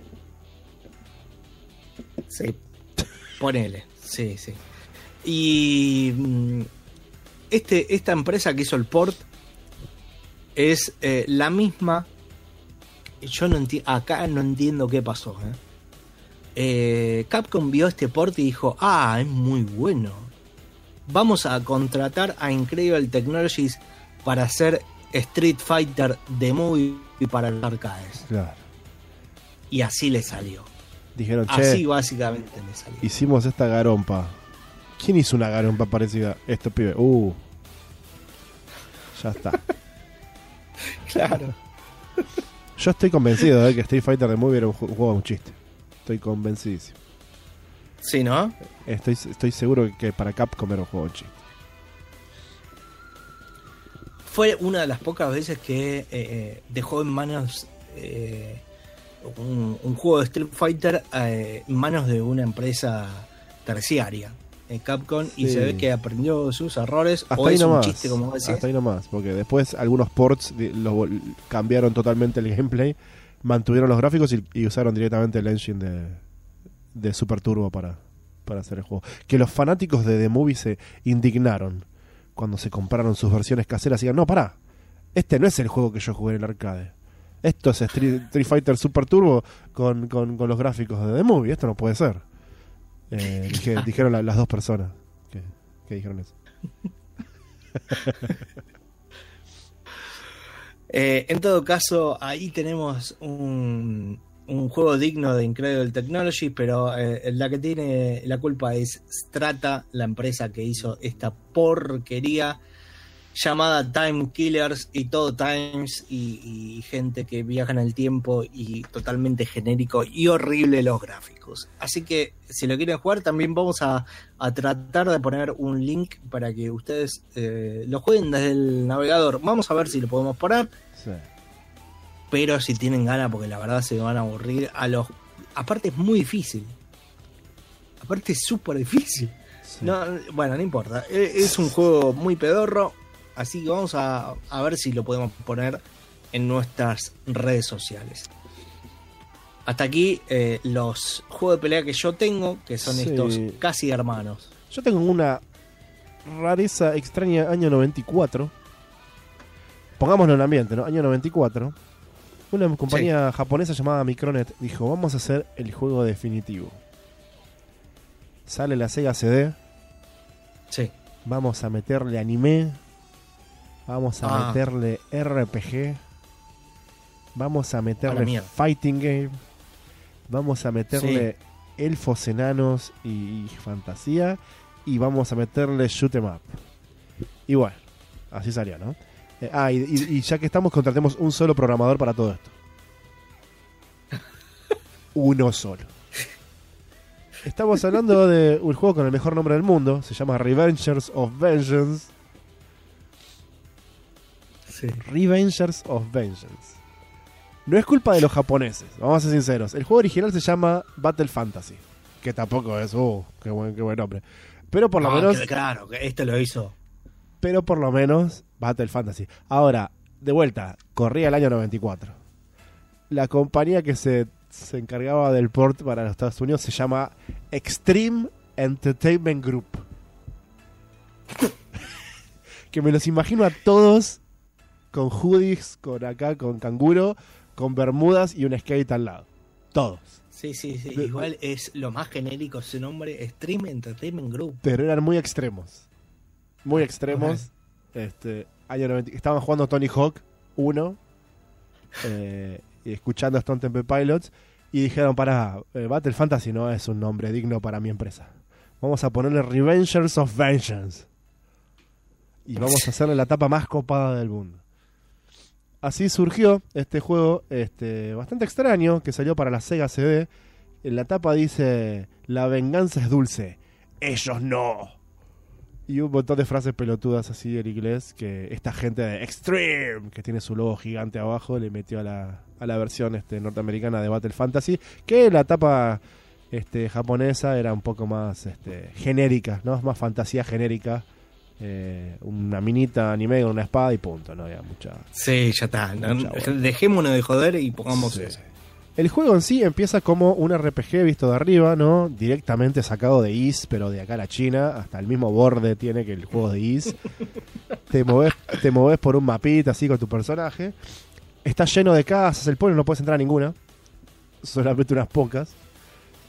Sí, ponele, sí, sí. Y mm, este, esta empresa que hizo el port es eh, la misma. Yo no entiendo, acá no entiendo qué pasó, ¿eh? eh, Capcom vio este port y dijo, ah, es muy bueno. Vamos a contratar a Incredible Technologies para hacer Street Fighter The Movie para los arcades. Claro. Y así le salió. Dijeron, che, Así básicamente le salió. hicimos esta garompa. ¿Quién hizo una garompa parecida? Estos pibes. Uh. Ya está. Claro. Yo estoy convencido de que Street Fighter The Movie era un ju- juego de un chiste. Estoy convencidísimo. Sí, ¿no? Estoy, estoy seguro que para Capcom era un juego de un chiste. Fue una de las pocas veces que eh, eh, dejó en manos eh, un, un juego de Street Fighter eh, en manos de una empresa terciaria, eh, Capcom, y Sí. se ve que aprendió sus errores. Hasta o ahí es un nomás. chiste, como decís. Hasta ahí nomás. Porque después algunos ports de- los vol- cambiaron totalmente el gameplay, mantuvieron los gráficos y, y usaron directamente el engine de, de Super Turbo para, para hacer el juego. Que los fanáticos de The Movie se indignaron cuando se compraron sus versiones caseras y digan, no, pará, este no es el juego que yo jugué en el arcade. Esto es Street, Street Fighter Super Turbo con, con, con los gráficos de The Movie. Esto no puede ser. Eh, dije- dijeron la- las dos personas que, que dijeron eso. Eh, en todo caso, ahí tenemos un, un juego digno de Incredible Technology, pero eh, la que tiene la culpa es Strata, la empresa que hizo esta porquería llamada Time Killers y todo Times y, y gente que viaja en el tiempo y totalmente genérico y horrible los gráficos. Así que si lo quieren jugar también vamos a, a tratar de poner un link para que ustedes eh, lo jueguen desde el navegador. Vamos a ver si lo podemos poner, Sí. pero si tienen ganas, porque la verdad se van a aburrir a los... Aparte es muy difícil. Aparte es súper difícil. Sí. No, bueno, no importa. E- Es un juego muy pedorro. Así que vamos a, a ver si lo podemos poner en nuestras redes sociales. Hasta aquí eh, los juegos de pelea que yo tengo, que son Sí. estos casi hermanos. Yo tengo una rareza extraña año noventa y cuatro. Pongámoslo en ambiente, ¿no? Año noventa y cuatro. Una compañía japonesa llamada Micronet dijo, vamos a hacer el juego definitivo. Sale la Sega C D, Sí. vamos a meterle anime, vamos a Ah. meterle R P G, vamos a A la meterle mierda. fighting game, vamos a meterle elfos enanos y, y fantasía, y vamos a meterle shoot 'em up. Y bueno, así salió, ¿no? Eh, ah, y, y- y ya que estamos, contratemos un solo programador para todo esto. Uno solo. Estamos hablando de un juego con el mejor nombre del mundo. Se llama Revengers of Vengeance. Sí. Revengers of Vengeance. No es culpa de los japoneses, vamos a ser sinceros. El juego original se llama Battle Fantasy. Que tampoco es, uh, qué buen, qué buen nombre. Pero por lo Ah, menos... que- claro, que este lo hizo. Pero por lo menos Battle Fantasy. Ahora, de vuelta, corría el año noventa y cuatro. La compañía que se, se encargaba del port para los Estados Unidos se llama Extreme Entertainment Group. Que me los imagino a todos con hoodies, con acá, con canguro, con bermudas y un skate al lado. Todos. Sí, sí, sí. De- Igual es lo más genérico su nombre, Stream Entertainment Group. Pero eran muy extremos. Muy extremos. Este, año noventa, estaban jugando Tony Hawk uno eh, y escuchando Stone Temple Pilots y dijeron, para Battle Fantasy no es un nombre digno para mi empresa. Vamos a ponerle Revengers of Vengeance. Y vamos a hacerle la etapa más copada del mundo. Así surgió este juego este, bastante extraño que salió para la Sega C D. En la tapa dice, la venganza es dulce, ellos no. Y un montón de frases pelotudas así en inglés que esta gente de Extreme, que tiene su logo gigante abajo, le metió a la, a la versión este, norteamericana de Battle Fantasy, que la etapa este, japonesa era un poco más este, genérica, ¿no? Más fantasía genérica. Eh, una minita anime con una espada y punto, no había mucha... Sí, ya está. No, Mucha bola. dejémonos de joder y pongamos Sí. eso. El juego en sí empieza como un R P G visto de arriba, ¿no? Directamente sacado de Is, pero de acá a la China. Hasta el mismo borde tiene que el juego de Is. te moves, te moves por un mapita así con tu personaje. Está lleno de casas, el pueblo no puedes entrar a ninguna. Solamente unas pocas.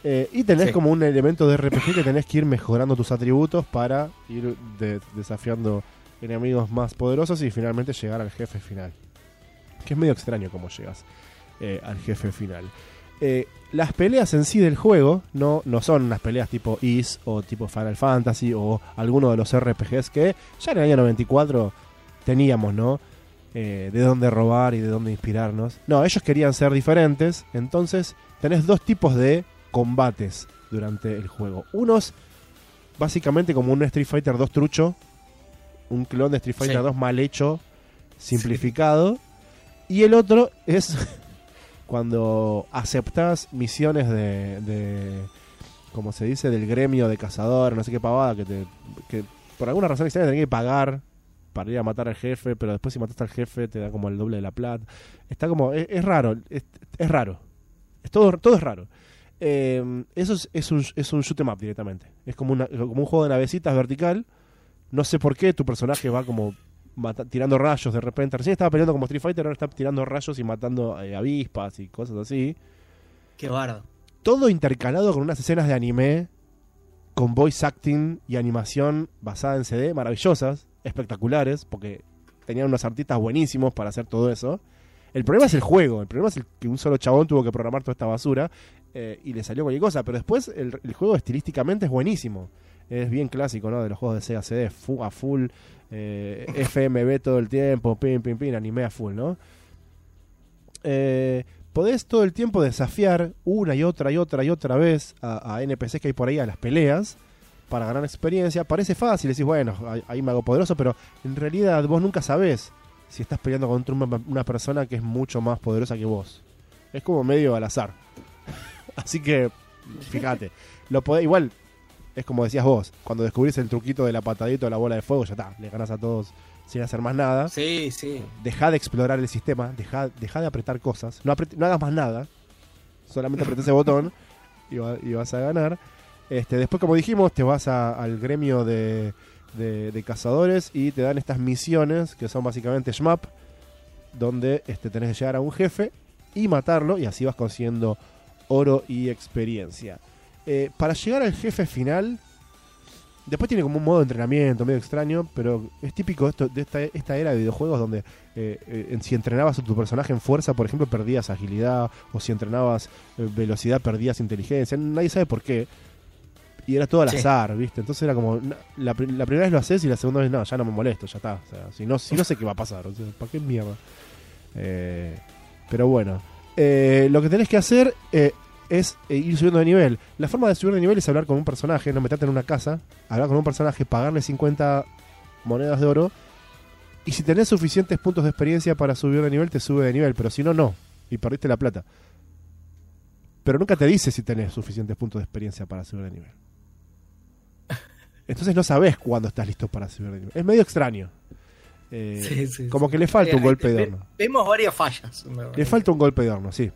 Eh, y tenés Sí. como un elemento de R P G que tenés que ir mejorando tus atributos para ir de- desafiando enemigos más poderosos y finalmente llegar al jefe final. Que es medio extraño cómo llegas eh, al jefe final. Eh, las peleas en sí del juego no, no son unas peleas tipo Is o tipo Final Fantasy o alguno de los R P Gs que ya en el año noventa y cuatro teníamos, ¿no? Eh, de dónde robar y de dónde inspirarnos. No, ellos querían ser diferentes, entonces tenés dos tipos de combates durante el juego. Unos, básicamente como un Street Fighter dos trucho, un clon de Street Fighter Sí. dos mal hecho, simplificado. Y el otro es cuando aceptás misiones de, de, como se dice, del gremio de cazadores, no sé qué pavada, que, te, que por alguna razón extraña tenés que pagar para ir a matar al jefe, pero después si mataste al jefe te da como el doble de la plata. Está como, es, es raro, es, es raro. Es todo, todo es raro. Eh, eso es, es, un, es un shoot 'em up directamente. Es como, una, como un juego de navecitas vertical. No sé por qué tu personaje va como mata- tirando rayos de repente. Recién estaba peleando como Street Fighter, ahora está tirando rayos y matando eh, avispas y cosas así. Qué bardo. Todo intercalado con unas escenas de anime, con voice acting y animación basada en C D, maravillosas, espectaculares, porque tenían unos artistas buenísimos para hacer todo eso. El problema es el juego, el problema es el que un solo chabón tuvo que programar toda esta basura eh, y le salió cualquier cosa, pero después el, el juego estilísticamente es buenísimo. Es bien clásico, ¿no? De los juegos de Sega C D, fu- a full, eh, F M V todo el tiempo, pin, pin, pin, anime a full, ¿no? Eh, podés todo el tiempo desafiar una y otra y otra y otra vez a, a N P Cs que hay por ahí a las peleas para ganar experiencia. Parece fácil, decís, bueno, ahí, ahí me hago poderoso, pero en realidad vos nunca sabés si estás peleando contra una, una persona que es mucho más poderosa que vos. Es como medio al azar. Así que, fíjate, lo podés, igual, es como decías vos, cuando descubrís el truquito de la patadita o la bola de fuego, ya está, le ganás a todos sin hacer más nada. Sí, sí. Deja de explorar el sistema, deja, deja de apretar cosas, no, apret- no hagas más nada, solamente apreté ese botón y, va- y vas a ganar. Este, después, como dijimos, te vas a- al gremio de, de, de cazadores y te dan estas misiones que son básicamente shmup, donde este, tenés que llegar a un jefe y matarlo y así vas consiguiendo oro y experiencia. Eh, para llegar al jefe final, después tiene como un modo de entrenamiento medio extraño, pero es típico esto, de esta, esta era de videojuegos donde eh, eh, en- si entrenabas a tu personaje en fuerza, por ejemplo, perdías agilidad, o si entrenabas eh, velocidad, perdías inteligencia. Nadie sabe por qué. Y era todo al Sí. azar, ¿viste? Entonces era como, na- la, pri- la primera vez lo haces y la segunda vez no, ya no me molesto, ya está. O sea, si no, si no sé qué va a pasar, o sea, ¿para qué mierda? Eh, pero bueno, eh, lo que tenés que hacer eh, es eh, ir subiendo de nivel. La forma de subir de nivel es hablar con un personaje, no meterte en una casa, hablar con un personaje, pagarle cincuenta monedas de oro, y si tenés suficientes puntos de experiencia para subir de nivel, te sube de nivel, pero si no, no, y perdiste la plata. Pero nunca te dice si tenés suficientes puntos de experiencia para subir de nivel. Entonces no sabés cuándo estás listo para subir de nivel. Es medio extraño. Eh, Sí, sí, como sí. que le falta un Ahí golpe de ve- horno. Vemos varias fallas. Le falta un golpe de horno, sí.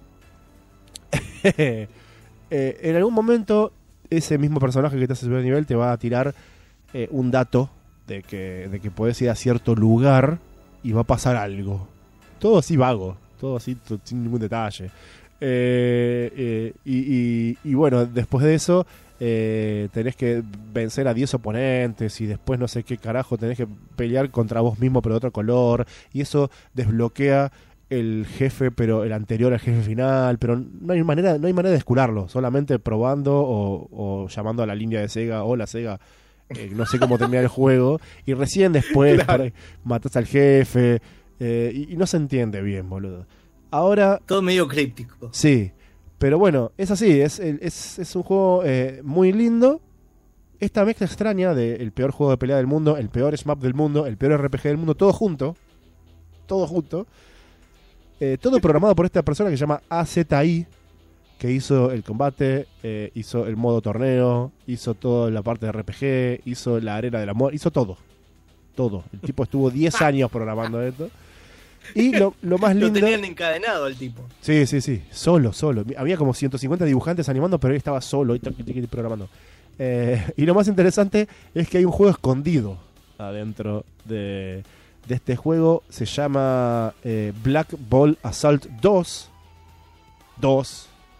Eh, en algún momento, ese mismo personaje que te hace subir de nivel te va a tirar eh, un dato de que, de que podés ir a cierto lugar y va a pasar algo. Todo así vago, todo así t- sin ningún detalle. Eh, eh, y, y- y bueno, después de eso eh, tenés que vencer a diez oponentes y después no sé qué carajo tenés que pelear contra vos mismo pero de otro color, y eso desbloquea el jefe, pero el anterior al jefe final, pero no hay manera, no hay manera de descubrirlo, solamente probando o, o llamando a la línea de Sega, hola Sega, eh, no sé cómo terminar el juego, y recién después Claro. por ahí, matás al jefe, eh, y, y no se entiende bien, boludo. Ahora, Todo medio críptico. sí, pero bueno, es así, es, es, es un juego eh, muy lindo. Esta mezcla extraña del peor juego de pelea del mundo, el peor shmup del mundo, el peor R P G del mundo, todo junto, todo junto. Eh, todo programado por esta persona que se llama A Z I, que hizo el combate, eh, hizo el modo torneo, hizo toda la parte de R P G, hizo la arena del amor, hizo todo. Todo. El tipo estuvo diez años programando esto. Y lo, lo más Lo lindo... tenían encadenado al tipo. Sí, sí, sí. Solo, solo. Había como ciento cincuenta dibujantes animando, pero él estaba solo y taqui, taqui, programando. Eh, y lo más interesante es que hay un juego escondido adentro de, de este juego. Se llama eh, Black Ball Assault dos. dos.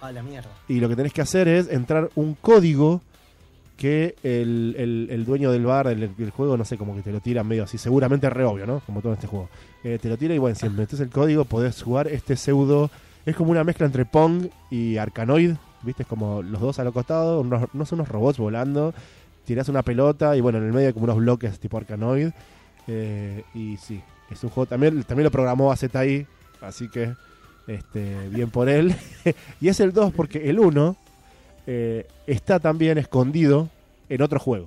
A la mierda. Y lo que tenés que hacer es entrar un código que el, el, el dueño del bar, el, el juego, no sé, como que te lo tira medio así, seguramente re obvio, ¿no? Como todo este juego. Eh, te lo tira y bueno, si metes el código podés jugar este pseudo... Es como una mezcla entre Pong y Arkanoid, ¿viste? Es como los dos a lo costado, unos, no son unos robots volando, tirás una pelota y bueno, en el medio hay como unos bloques tipo Arkanoid. Eh, y sí, es un juego, también, también lo programó A Z I, así que este, bien por él. Y es el dos porque el uno eh, está también escondido en otro juego.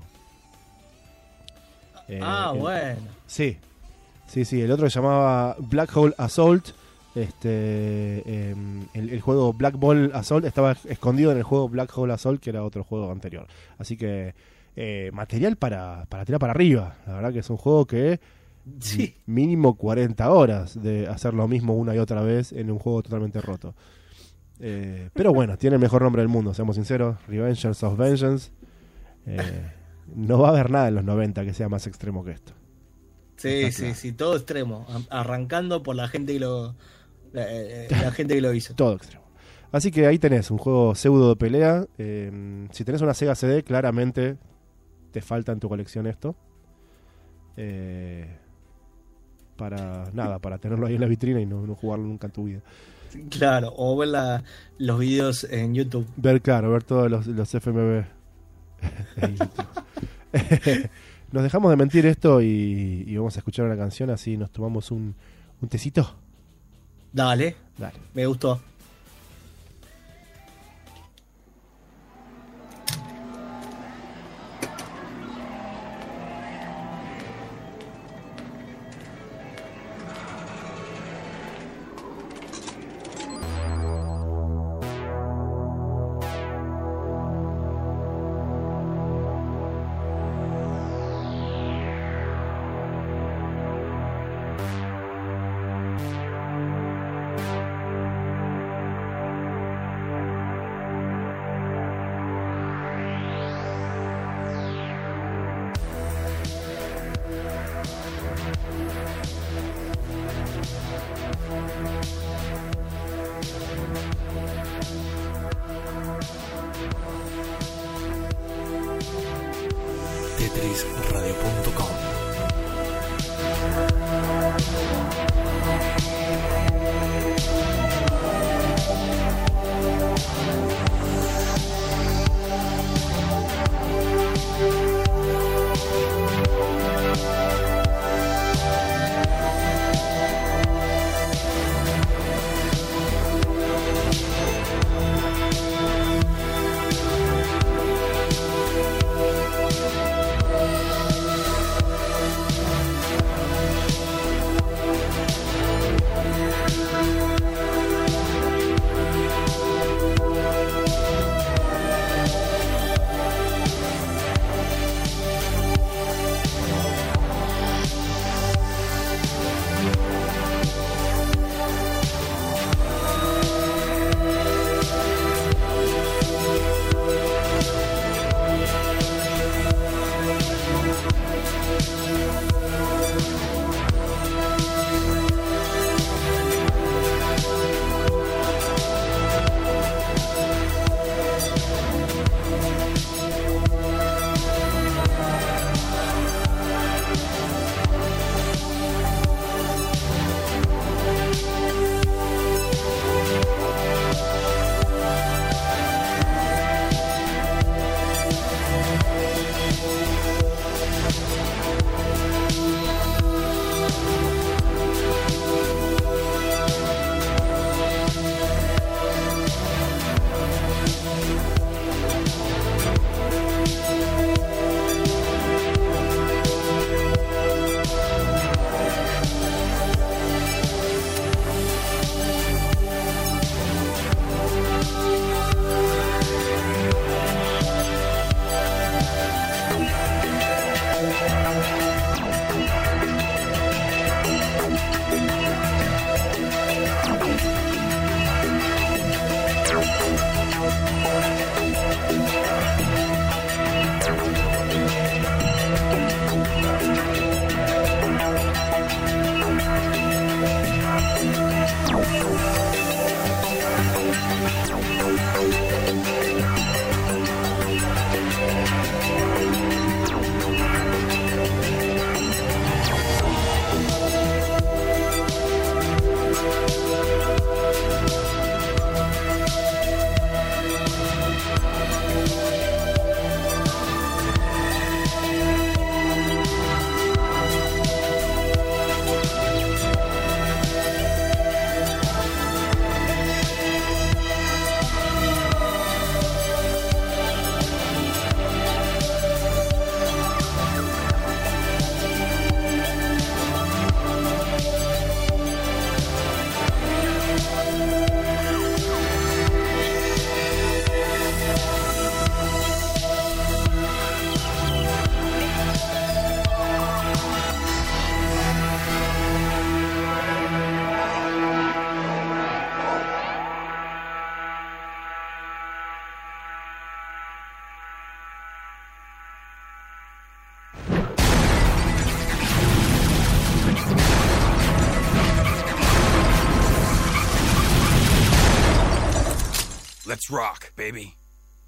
Eh, ah, el- bueno. Sí, sí, sí, el otro se llamaba Black Hole Assault. Este, eh, el, el juego Black Ball Assault estaba escondido en el juego Black Hole Assault, que era otro juego anterior. Así que eh, material para, para tirar para arriba. La verdad que es un juego que Sí. mínimo cuarenta horas de hacer lo mismo una y otra vez en un juego totalmente roto. Eh, pero bueno, tiene el mejor nombre del mundo, seamos sinceros, Revengers of Vengeance. Eh, no va a haber nada en los noventa que sea más extremo que esto. Sí, Está sí, claro. sí, todo extremo. A- Arrancando por la gente que lo. La, eh, la gente que lo hizo. Todo extremo. Así que ahí tenés un juego pseudo de pelea. Eh, si tenés una Sega C D, claramente te falta en tu colección esto. Eh, para nada, para tenerlo ahí en la vitrina y no, no jugarlo nunca en tu vida. Claro, o ver la- los videos en YouTube. Ver, claro, ver todos los, los F M V en YouTube. Nos dejamos de mentir esto y, y vamos a escuchar una canción, así nos tomamos un, un tecito. Dale, Dale. me gustó. tetris radio punto com. Thank you. Let's rock, baby.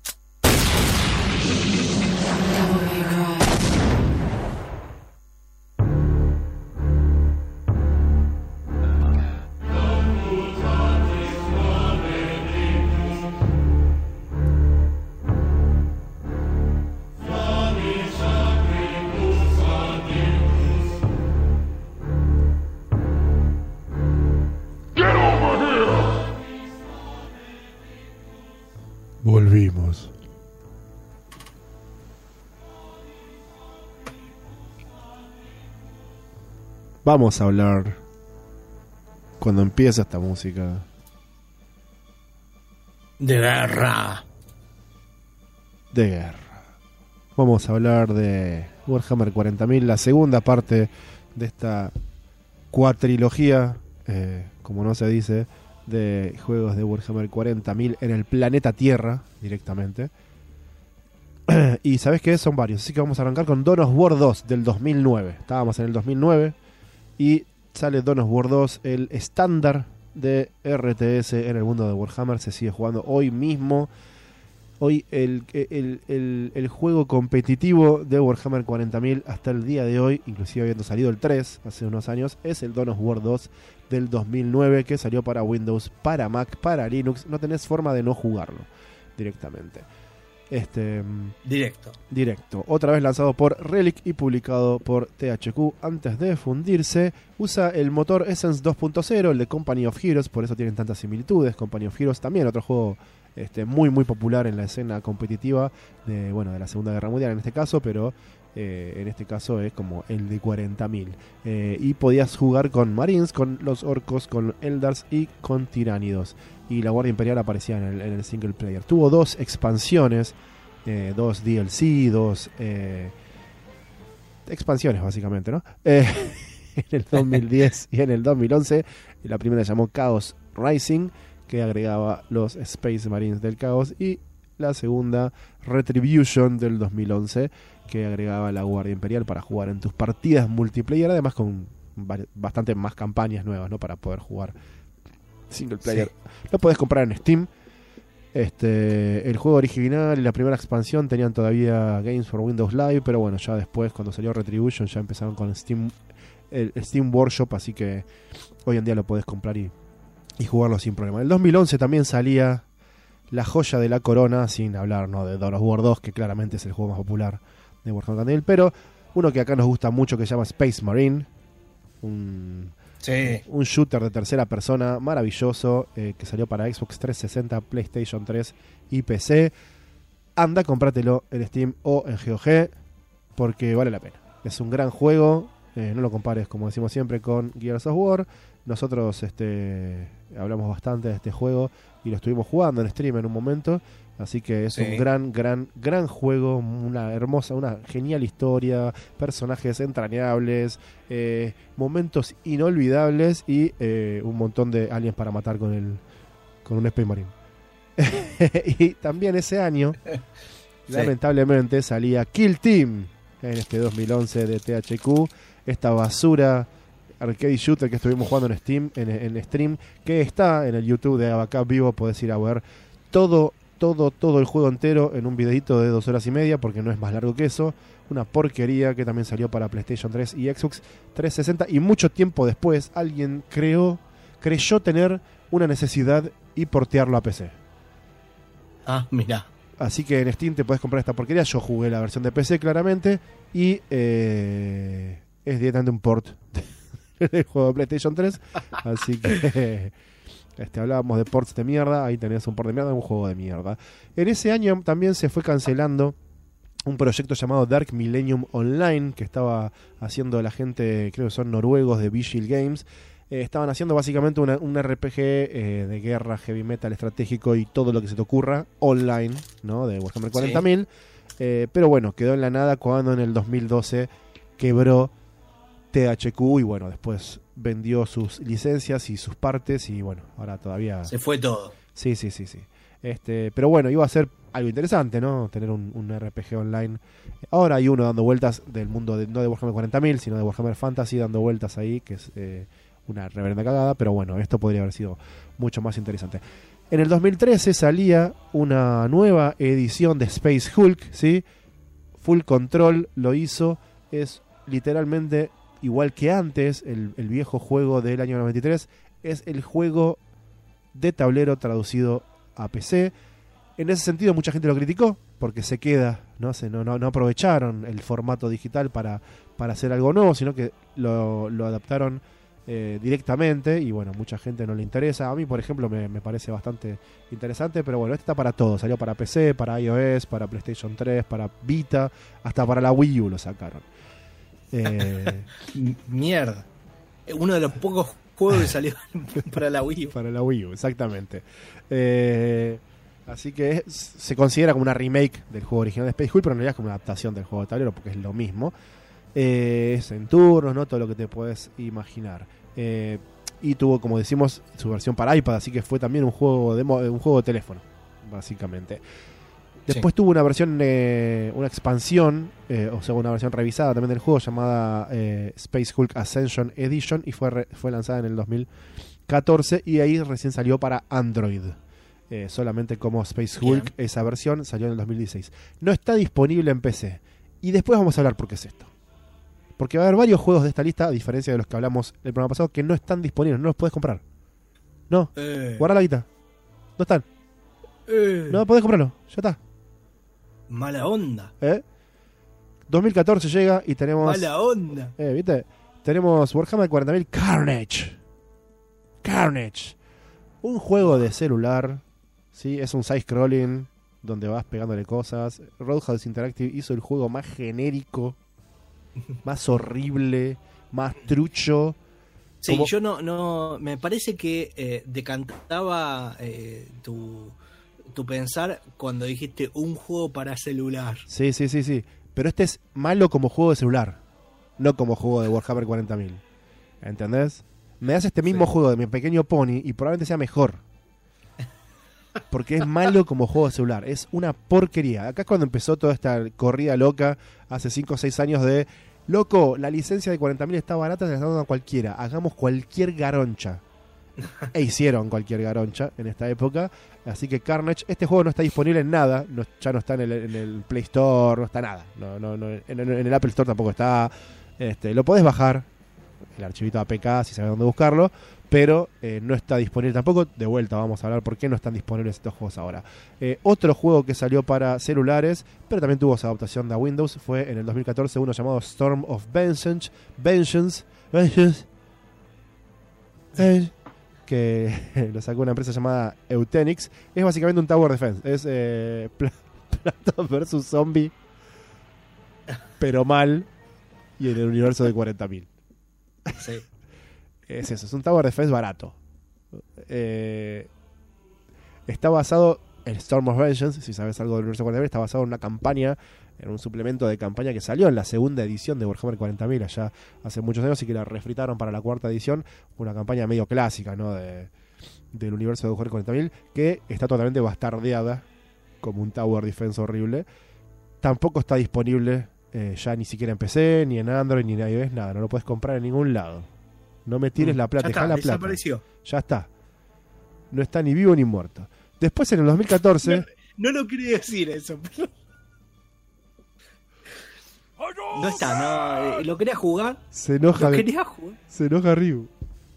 Volvimos. Vamos a hablar, cuando empieza esta música, De guerra. de guerra. Vamos a hablar de Warhammer cuarenta mil, la segunda parte de esta cuatrilogía, eh, como no se dice, de juegos de Warhammer cuarenta mil en el planeta Tierra directamente. Y ¿sabés qué? Son varios, así que vamos a arrancar con Dawn of War dos del dos mil nueve. Estábamos en el dos mil nueve y sale Dawn of War dos, el estándar de R T S en el mundo de Warhammer. Se sigue jugando hoy mismo. Hoy el, el, el, el juego competitivo de Warhammer cuarenta mil hasta el día de hoy, inclusive habiendo salido el tres hace unos años, es el Dawn of War dos del dos mil nueve, que salió para Windows, para Mac, para Linux. No tenés forma de no jugarlo directamente. Este Directo. Directo. Otra vez lanzado por Relic y publicado por T H Q antes de fundirse. Usa el motor Essence dos punto cero, el de Company of Heroes, por eso tienen tantas similitudes. Company of Heroes también, otro juego este, muy muy popular en la escena competitiva de, bueno, de la Segunda Guerra Mundial en este caso, pero eh, en este caso es como el de cuarenta mil. Eh, y podías jugar con Marines, con los Orcos, con Eldars y con Tiránidos. Y la Guardia Imperial aparecía en el, en el single player. Tuvo dos expansiones, eh, dos D L C, dos eh, expansiones básicamente, ¿no? Eh, en el dos mil diez y en el dos mil once. La primera se llamó Chaos Rising, que agregaba los Space Marines del Chaos, y la segunda Retribution del dos mil once, que agregaba la Guardia Imperial para jugar en tus partidas multiplayer, además con bastante más campañas nuevas, ¿no? Para poder jugar single player. Sí. Lo podés comprar en Steam. Este, el juego original y la primera expansión tenían todavía Games for Windows Live, pero bueno, ya después, cuando salió Retribution, ya empezaron con Steam, el, el Steam Workshop, así que hoy en día lo podés comprar y, y jugarlo sin problema. En el dos mil once también salía la joya de la corona, sin hablar, ¿no?, de Dawn of War dos, que claramente es el juego más popular de Warhammer cuarenta mil, pero uno que acá nos gusta mucho, que se llama Space Marine, un Sí. un shooter de tercera persona maravilloso, eh, que salió para Xbox trescientos sesenta, PlayStation tres y P C. Anda, cómpratelo en Steam o en G O G, porque vale la pena. Es un gran juego. Eh, no lo compares, como decimos siempre, con Gears of War. Nosotros este, hablamos bastante de este juego y lo estuvimos jugando en stream en un momento. Así que es sí. un gran, gran, gran juego, una hermosa, una genial historia, personajes entrañables, eh, momentos inolvidables y eh, un montón de aliens para matar con el con un Space Marine. Y también ese año, sí. lamentablemente, salía Kill Team en este dos mil once de T H Q, esta basura arcade shooter que estuvimos jugando en Steam, en, en stream, que está en el YouTube de Abacab Vivo. Podés ir a ver todo todo, todo el juego entero en un videito de dos horas y media, porque no es más largo que eso. Una porquería que también salió para PlayStation tres y Xbox trescientos sesenta, y mucho tiempo después alguien creó, creyó tener una necesidad y portearlo a P C. Ah, mira. Así que en Steam te puedes comprar esta porquería. Yo jugué la versión de P C claramente y eh, es directamente un port del juego de PlayStation tres. Así que Este, hablábamos de ports de mierda, ahí tenés un port de mierda, un juego de mierda. En ese año también se fue cancelando un proyecto llamado Dark Millennium Online, que estaba haciendo la gente, creo que son noruegos, de Vigil Games. Eh, estaban haciendo básicamente una, un R P G eh, de guerra, heavy metal, estratégico y todo lo que se te ocurra online, ¿no?, de Warhammer cuarenta mil. Sí. Eh, pero bueno, quedó en la nada cuando en el dos mil doce quebró T H Q y bueno, después vendió sus licencias y sus partes y bueno, ahora todavía se fue todo. Sí, sí, sí, sí. Este, pero bueno, iba a ser algo interesante, ¿no?, tener un, un R P G online. Ahora hay uno dando vueltas del mundo de, no de Warhammer cuarenta mil, sino de Warhammer Fantasy, dando vueltas ahí, que es eh, una reverenda cagada, pero bueno, esto podría haber sido mucho más interesante. En el dos mil trece salía una nueva edición de Space Hulk, ¿sí? Full Control lo hizo, es literalmente igual que antes, el, el viejo juego del año noventa y tres, es el juego de tablero traducido a P C. En ese sentido mucha gente lo criticó, porque se queda, no sé, no, no, no aprovecharon el formato digital para, para hacer algo nuevo, sino que lo, lo adaptaron eh, directamente, y bueno, mucha gente no le interesa. A mí, por ejemplo, me, me parece bastante interesante, pero bueno, este está para todo, salió para P C, para iOS, para PlayStation tres, para Vita, hasta para la Wii U lo sacaron. Eh, M- Mierda. Uno de los pocos juegos que salió para la Wii U. para la Wii U, exactamente. Eh, así que es- se considera como una remake del juego original de Space Hulk, pero en realidad es como una adaptación del juego de tablero, porque es lo mismo. Eh, es en turnos, ¿no? Todo lo que te puedes imaginar. Eh, y tuvo, como decimos, su versión para iPad, así que fue también un juego de, mo- un juego de teléfono, básicamente. Después tuvo una versión, eh, una expansión, eh, o sea, una versión revisada también del juego llamada eh, Space Hulk Ascension Edition, y fue, re- fue lanzada en el dos mil catorce, y ahí recién salió para Android. Eh, solamente como Space Hulk, Bien. esa versión salió en el dos mil dieciséis. No está disponible en P C. Y después vamos a hablar por qué es esto. Porque va a haber varios juegos de esta lista, a diferencia de los que hablamos el programa pasado, que no están disponibles, no los puedes comprar. No, Eh, guarda la guita. No están. eh, No podés comprarlo, ya está. Mala onda. ¿Eh? dos mil catorce llega y tenemos... Mala onda. Eh, ¿viste? Tenemos Warhammer cuarenta mil Carnage. Carnage. Un juego de celular. ¿Sí? Es un side-scrolling donde vas pegándole cosas. Roadhouse Interactive hizo el juego más genérico, más horrible, más trucho. Sí, Como- yo no, no, me parece que eh, decantaba eh, tu, tu pensar cuando dijiste un juego para celular. Sí, sí, sí, sí. Pero este es malo como juego de celular, no como juego de Warhammer cuarenta mil. ¿Entendés? Me das este mismo Sí. juego de Mi Pequeño Pony y probablemente sea mejor. Porque es malo como juego de celular. Es una porquería. Acá es cuando empezó toda esta corrida loca hace cinco o seis años de... Loco, la licencia de cuarenta mil está barata, se la están dando a cualquiera. Hagamos cualquier garoncha. E hicieron cualquier garoncha en esta época. Así que Carnage, este juego no está disponible en nada. No, ya no está en el, en el Play Store, no está nada. No, no, no, en, en el Apple Store tampoco está. Este, lo podés bajar, el archivito A P K, si sabes dónde buscarlo. Pero eh, no está disponible tampoco. De vuelta vamos a hablar por qué no están disponibles estos juegos ahora. Eh, otro juego que salió para celulares, pero también tuvo su adaptación a Windows, fue en el dos mil catorce uno llamado Storm of Vengeance. Vengeance. Vengeance. Vengeance, que lo sacó una empresa llamada Eutenix. Es básicamente un Tower Defense. Es eh, Pla- Plantas versus Zombie, pero mal, y en el universo de cuarenta mil. Sí. Es eso, es un Tower Defense barato. Eh, está basado en Storm of Vengeance, si sabes algo del universo cuarenta mil, está basado en una campaña, en un suplemento de campaña que salió en la segunda edición de Warhammer cuarenta mil allá hace muchos años y que la refritaron para la cuarta edición. Una campaña medio clásica, ¿no? De, del universo de Warhammer cuarenta mil, que está totalmente bastardeada como un Tower Defense horrible. Tampoco está disponible eh, ya ni siquiera en P C, ni en Android, ni en iOS, nada. No lo puedes comprar en ningún lado. No me tires la plata, Ya dejá está, la plata. desapareció. Ya está. No está ni vivo ni muerto. Después en el dos mil catorce... No lo quería decir eso. pero- No está, no. eh, Lo quería jugar. Se enoja, Lo de- quería jugar. se enoja Ryu.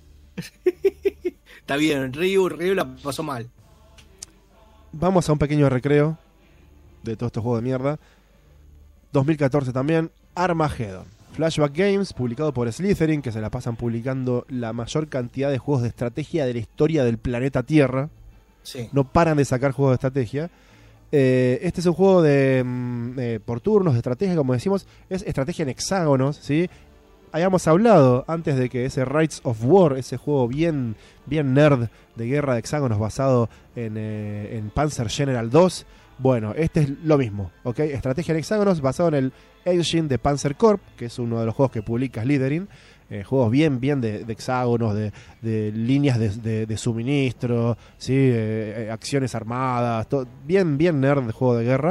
Está bien, Ryu, Ryu la pasó mal. Vamos a un pequeño recreo de todos estos juegos de mierda. dos mil catorce también, Armageddon. Flashback Games, publicado por Slytherin, que se la pasan publicando la mayor cantidad de juegos de estrategia de la historia del planeta Tierra. Sí. No paran de sacar juegos de estrategia. Eh, este es un juego de mm, eh, por turnos, de estrategia, como decimos. Es estrategia en hexágonos, ¿sí? Habíamos hablado antes de que ese Rights of War, ese juego bien, bien nerd de guerra de hexágonos basado en, eh, en Panzer General dos. Bueno, este es lo mismo, ¿ok? Estrategia en hexágonos basado en el engine de Panzer Corp, que es uno de los juegos que publica Slytherin. Eh, juegos bien, bien de, de hexágonos, de, de líneas de, de- de suministro, ¿sí? Eh, eh, acciones armadas, todo, bien, bien nerd de juego de guerra.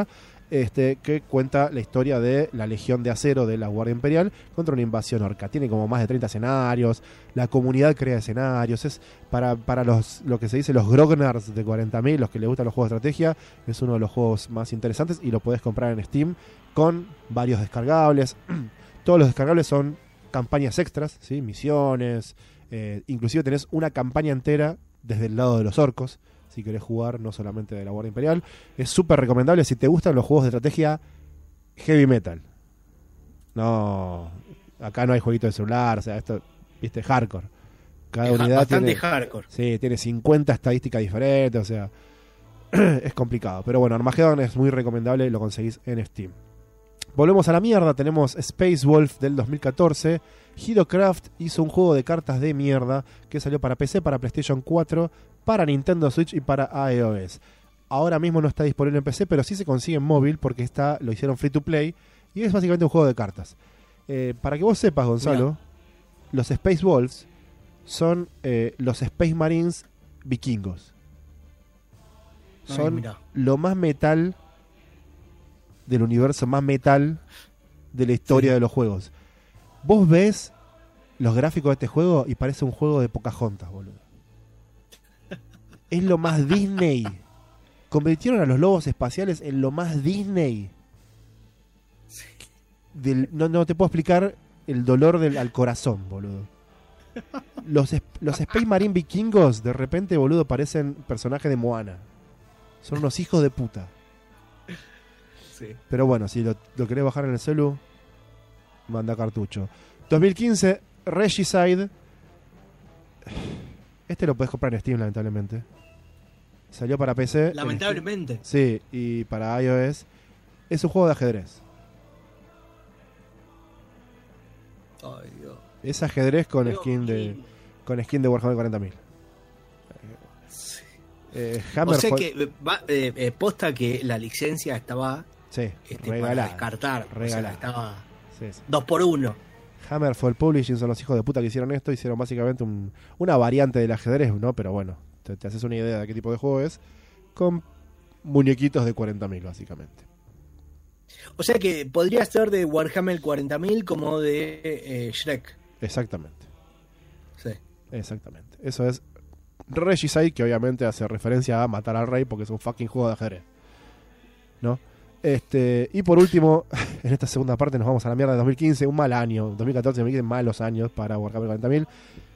este, que cuenta la historia de la Legión de Acero de la Guardia Imperial contra una invasión orca. Tiene como más de treinta escenarios, la comunidad crea escenarios, es para, para los lo que se dice los grognards de cuarenta mil, los que les gustan los juegos de estrategia, es uno de los juegos más interesantes y lo podés comprar en Steam con varios descargables. Todos los descargables son campañas extras, ¿sí? Misiones, eh, inclusive tenés una campaña entera desde el lado de los orcos, si querés jugar, no solamente de la Guardia Imperial. Es súper recomendable si te gustan los juegos de estrategia heavy metal. No, acá no hay jueguito de celular, o sea, esto, viste, hardcore. Cada Es unidad bastante tiene, hardcore. sí, tiene cincuenta estadísticas diferentes, o sea, es complicado. Pero bueno, Armageddon es muy recomendable y lo conseguís en Steam. Volvemos a la mierda, tenemos Space Wolf del dos mil catorce. HeroCraft hizo un juego de cartas de mierda que salió para P C, para PlayStation cuatro, para Nintendo Switch y para iOS. Ahora mismo no está disponible en P C, pero sí se consigue en móvil porque está, lo hicieron free to play y es básicamente un juego de cartas. Eh, para que vos sepas, Gonzalo, Mirá. los Space Wolves son eh, los Space Marines vikingos. Ay, Son mirá. lo más metal del universo, más metal de la historia Sí. de los juegos. Vos ves los gráficos de este juego y parece un juego de Pocahontas, boludo. Es lo más Disney. Convirtieron a los lobos espaciales en lo más Disney. Del, no, no te puedo explicar el dolor del, al corazón, boludo. Los, es- los Space Marine vikingos, de repente, boludo, parecen personajes de Moana. Son unos hijos de puta. Sí. Pero bueno, si lo, lo querés bajar en el celu, manda cartucho. dos mil quince, Regicide. Este lo podés comprar en Steam, lamentablemente. Salió para P C. en Lamentablemente. Steam. Sí, y para iOS. Es un juego de ajedrez. Ay, Dios. Es ajedrez con Dios skin de mío. con skin de Warhammer cuarenta mil. Sí. Eh, O Hammer sea fue- que eh, va, eh, eh, posta que la licencia estaba sí, este, para regalada. descartar. O sea, Regalada. estaba Sí, sí. dos por uno. Hammer fue el publishing, son los hijos de puta que hicieron esto. Hicieron básicamente un- una variante del ajedrez, ¿no? Pero bueno, te, te haces una idea de qué tipo de juego es. Con muñequitos de cuarenta mil, básicamente. O sea que podría ser de Warhammer cuarenta mil como de eh, Shrek. Exactamente, Sí. exactamente. Eso es Regicide, que obviamente hace referencia a matar al rey porque es un fucking juego de ajedrez, ¿no? Este, y por último, en esta segunda parte nos vamos a la mierda de dos mil quince, un mal año. dos mil catorce, dos mil quince, malos años para Warhammer cuarenta mil.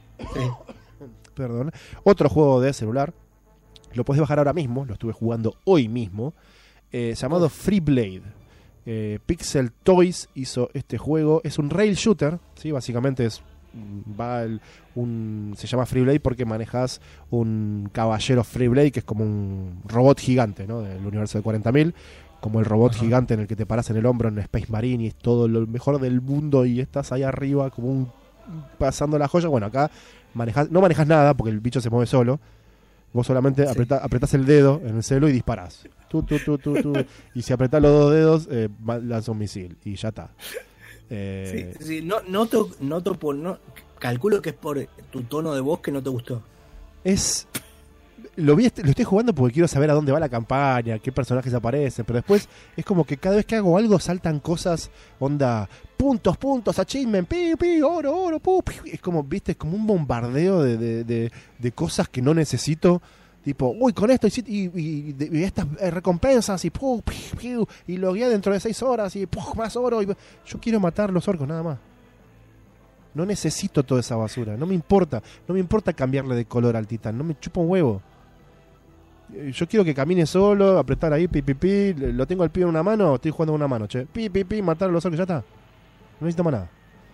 Perdón. Otro juego de celular. Lo podés bajar ahora mismo, lo estuve jugando hoy mismo. eh, llamado Freeblade. Eh, Pixel Toys hizo este juego. Es un rail shooter, ¿sí? Básicamente es va el- un, se llama Freeblade porque manejas un caballero Freeblade que es como un robot gigante, ¿no? Del universo de cuarenta mil, como el robot Ajá. gigante en el que te paras en el hombro en Space Marine y es todo lo mejor del mundo y estás ahí arriba como un pasando la joya. Bueno, acá manejas, no manejas nada porque el bicho se mueve solo. Vos solamente Sí. apretá- apretás el dedo en el celo y disparás. Tú, tú, tú, tú, tú. Y si apretás los dos dedos, eh, ma- lanza un misil y ya está. Eh, Sí, sí, no, noto, noto por, no, calculo que es por tu tono de voz que no te gustó. Es. Lo, vi, lo estoy jugando porque quiero saber a dónde va la campaña, qué personajes aparecen, pero después es como que cada vez que hago algo saltan cosas, onda, puntos, puntos, achievement, pi, pi, oro, oro, pu, pi. Es como, viste, es como un bombardeo de, de, de, de cosas que no necesito. Tipo, uy, con esto y, y, y- y- y estas eh, recompensas y pu, pi, pi, y lo guía dentro de seis horas y pu, más oro. Y, yo quiero matar los orcos, nada más. No necesito toda esa basura, no me importa. No me importa cambiarle de color al titán, no me chupa un huevo. Eh, Yo quiero que camine solo, apretar ahí, pi, pi, pi. Lo tengo al pie en una mano, estoy jugando con una mano, che. Pi, pi, pi, matar a los orcos, ya está. No necesito más nada.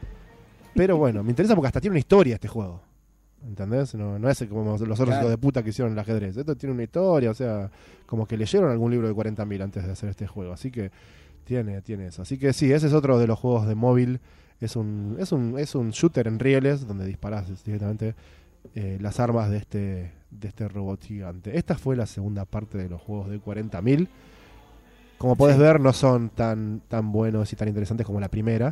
Pero bueno, me interesa porque hasta tiene una historia este juego. ¿Entendés? No, no es como los otros Claro. hijos de puta que hicieron el ajedrez. Esto tiene una historia, o sea, como que leyeron algún libro de cuarenta mil antes de hacer este juego. Así que tiene, tiene eso. Así que sí, ese es otro de los juegos de móvil. Es un, es un, es un shooter en rieles donde disparas directamente eh, las armas de este, de este robot gigante. Esta fue la segunda parte de los juegos de cuarenta mil. Como podés Sí. ver, no son tan, tan buenos y tan interesantes como la primera.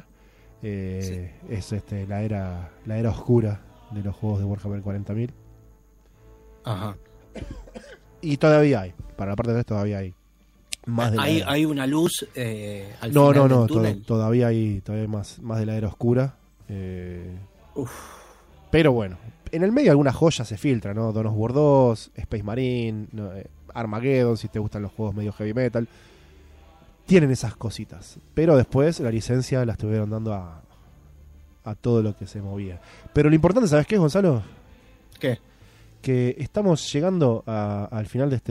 Eh, Es este, la era, la era oscura de los juegos de Warhammer cuarenta mil. Ajá. Y todavía hay, para la parte de todavía hay Más de la Hay, era. hay una luz eh, al No, final no, no, del to- túnel. todavía hay, todavía hay más, más de la era oscura. Eh, Uf. pero bueno, en el medio alguna joya se filtra, ¿no? Dawn of War dos, Space Marine, no, eh, Armageddon, si te gustan los juegos medio heavy metal. Tienen esas cositas. Pero después la licencia la estuvieron dando a, a todo lo que se movía. Pero lo importante, ¿sabes qué es, Gonzalo? ¿Qué? Que estamos llegando a- al final de este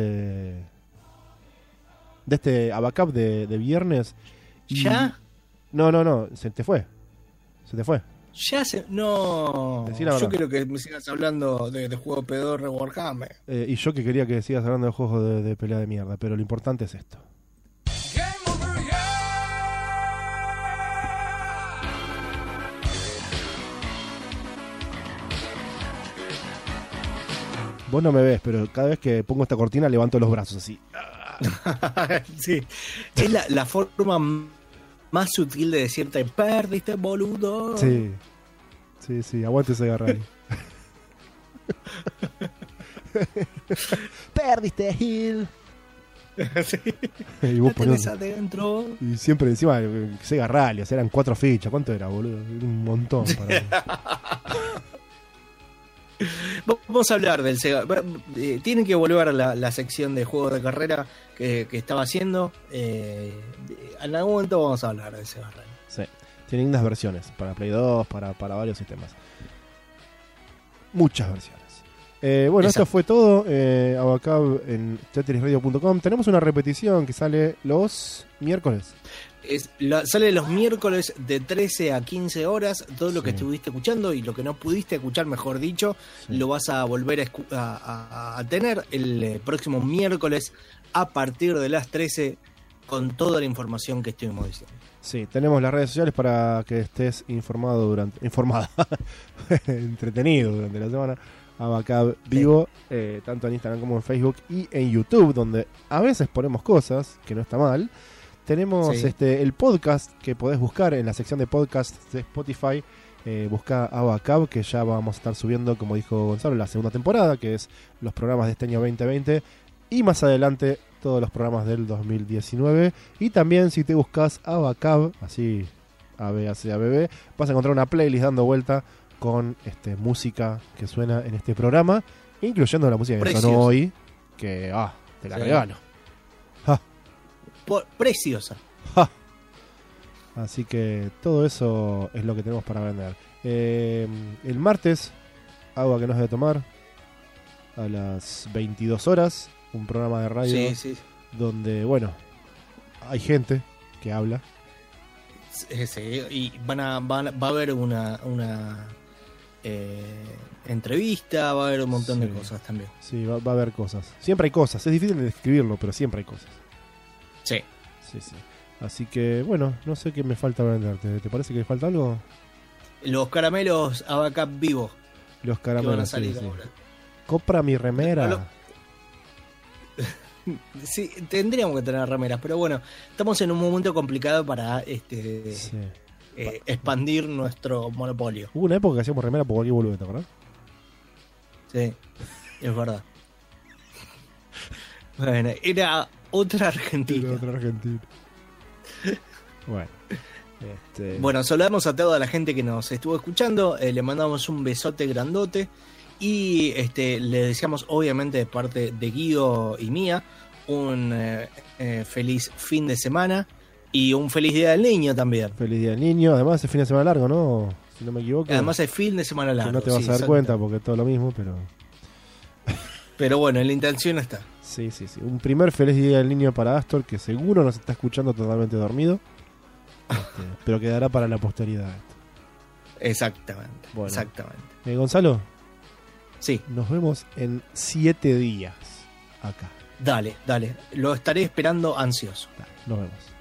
de este Abacap de, de viernes. y- ¿Ya? No, no, no, se te fue. Se te fue. Ya se... No. Decí la Yo verdad. quiero que me sigas hablando de, de juego pedorro Warhammer. Eh, y yo que quería que sigas hablando de juegos de, de pelea de mierda, pero lo importante es esto. Vos no me ves, pero cada vez que pongo esta cortina levanto los brazos así. Sí. Es la, la forma m- más sutil de decirte, perdiste, boludo. Sí. Sí, sí, aguante ese garral. Perdiste, Gil. Sí. Y vos La tenés ponés- adentro. Y siempre encima eh, Sega Rally, o sea, eran cuatro fichas. ¿Cuánto era, boludo? Era un montón. Para... Vamos a hablar del Sega. Eh, Tienen que volver a la, la sección de juegos de carrera que, que estaba haciendo. Eh, en algún momento vamos a hablar del Sega Rally. Sí, tienen unas versiones para Play dos, para, para varios sistemas. Muchas versiones. Eh, bueno, Exacto. esto fue todo. Eh, Abacab en tetris radio punto com. Tenemos una repetición que sale los miércoles. Es, la- sale los miércoles de trece a quince horas. Todo lo que Sí. estuviste escuchando y lo que no pudiste escuchar, mejor dicho, Sí. lo vas a volver a, escu- a- a- a tener el eh, próximo miércoles a partir de las trece con toda la información que estuvimos diciendo. Sí, tenemos las redes sociales para que estés informado durante. Informada. Entretenido durante la semana. Abacab Vivo, eh, tanto en Instagram como en Facebook y en YouTube, donde a veces ponemos cosas, que no está mal. Tenemos Sí. este el podcast que podés buscar en la sección de podcast de Spotify. Eh, busca Abacab, que ya vamos a estar subiendo, como dijo Gonzalo, la segunda temporada, que es los programas de este año veinte veinte. Y más adelante, todos los programas del dos mil diecinueve. Y también, si te buscas Abacab, así, A B A C A B B, vas a encontrar una playlist dando vuelta con este música que suena en este programa, incluyendo la música que Precioso. sonó hoy, que, ah, te la Sí. regalo. Por- preciosa. ¡Ja! Así que todo eso es lo que tenemos para vender. Eh, el martes, agua que nos debe tomar a las veintidós horas, un programa de radio Sí, sí. donde, bueno, hay gente que habla. Sí, sí, y van a, van a- va a haber una, una eh, entrevista, va a haber un montón Sí. de cosas también. Sí, va, va a haber cosas. Siempre hay cosas. Es difícil de describirlo, pero siempre hay cosas. Sí. Sí, sí. Así que, bueno, no sé qué me falta vender. ¿Te, te parece que me falta algo? Los caramelos Abacab vivo Los que van a caramelos. salir sí, sí. ahora. Compra mi remera. No Sí, tendríamos que tener remeras, pero bueno, estamos en un momento complicado para este Sí. eh, expandir nuestro monopolio. Hubo una época que hacíamos remera por cualquier boludo, ¿verdad? Sí, es verdad. Bueno, era otra Argentina. otro argentino. Bueno. Este, Bueno, saludamos a toda la gente que nos estuvo escuchando, eh, le mandamos un besote grandote y este le deseamos obviamente de parte de Guido y mía un eh, eh, feliz fin de semana y un feliz día del niño también. feliz día del niño. Además, es fin de semana largo, ¿no? Si no me equivoco. Además es fin de semana que largo. no te vas sí, a dar exacto. cuenta porque es todo lo mismo, pero. Pero bueno, la intención está. Sí, sí, sí. Un primer feliz día del niño para Astor, que seguro nos está escuchando totalmente dormido. Este, pero quedará para la posteridad. Exactamente. Bueno. Exactamente. Eh, Gonzalo, Sí, nos vemos en siete días acá. dale, dale. Lo estaré esperando ansioso. Dale, nos vemos.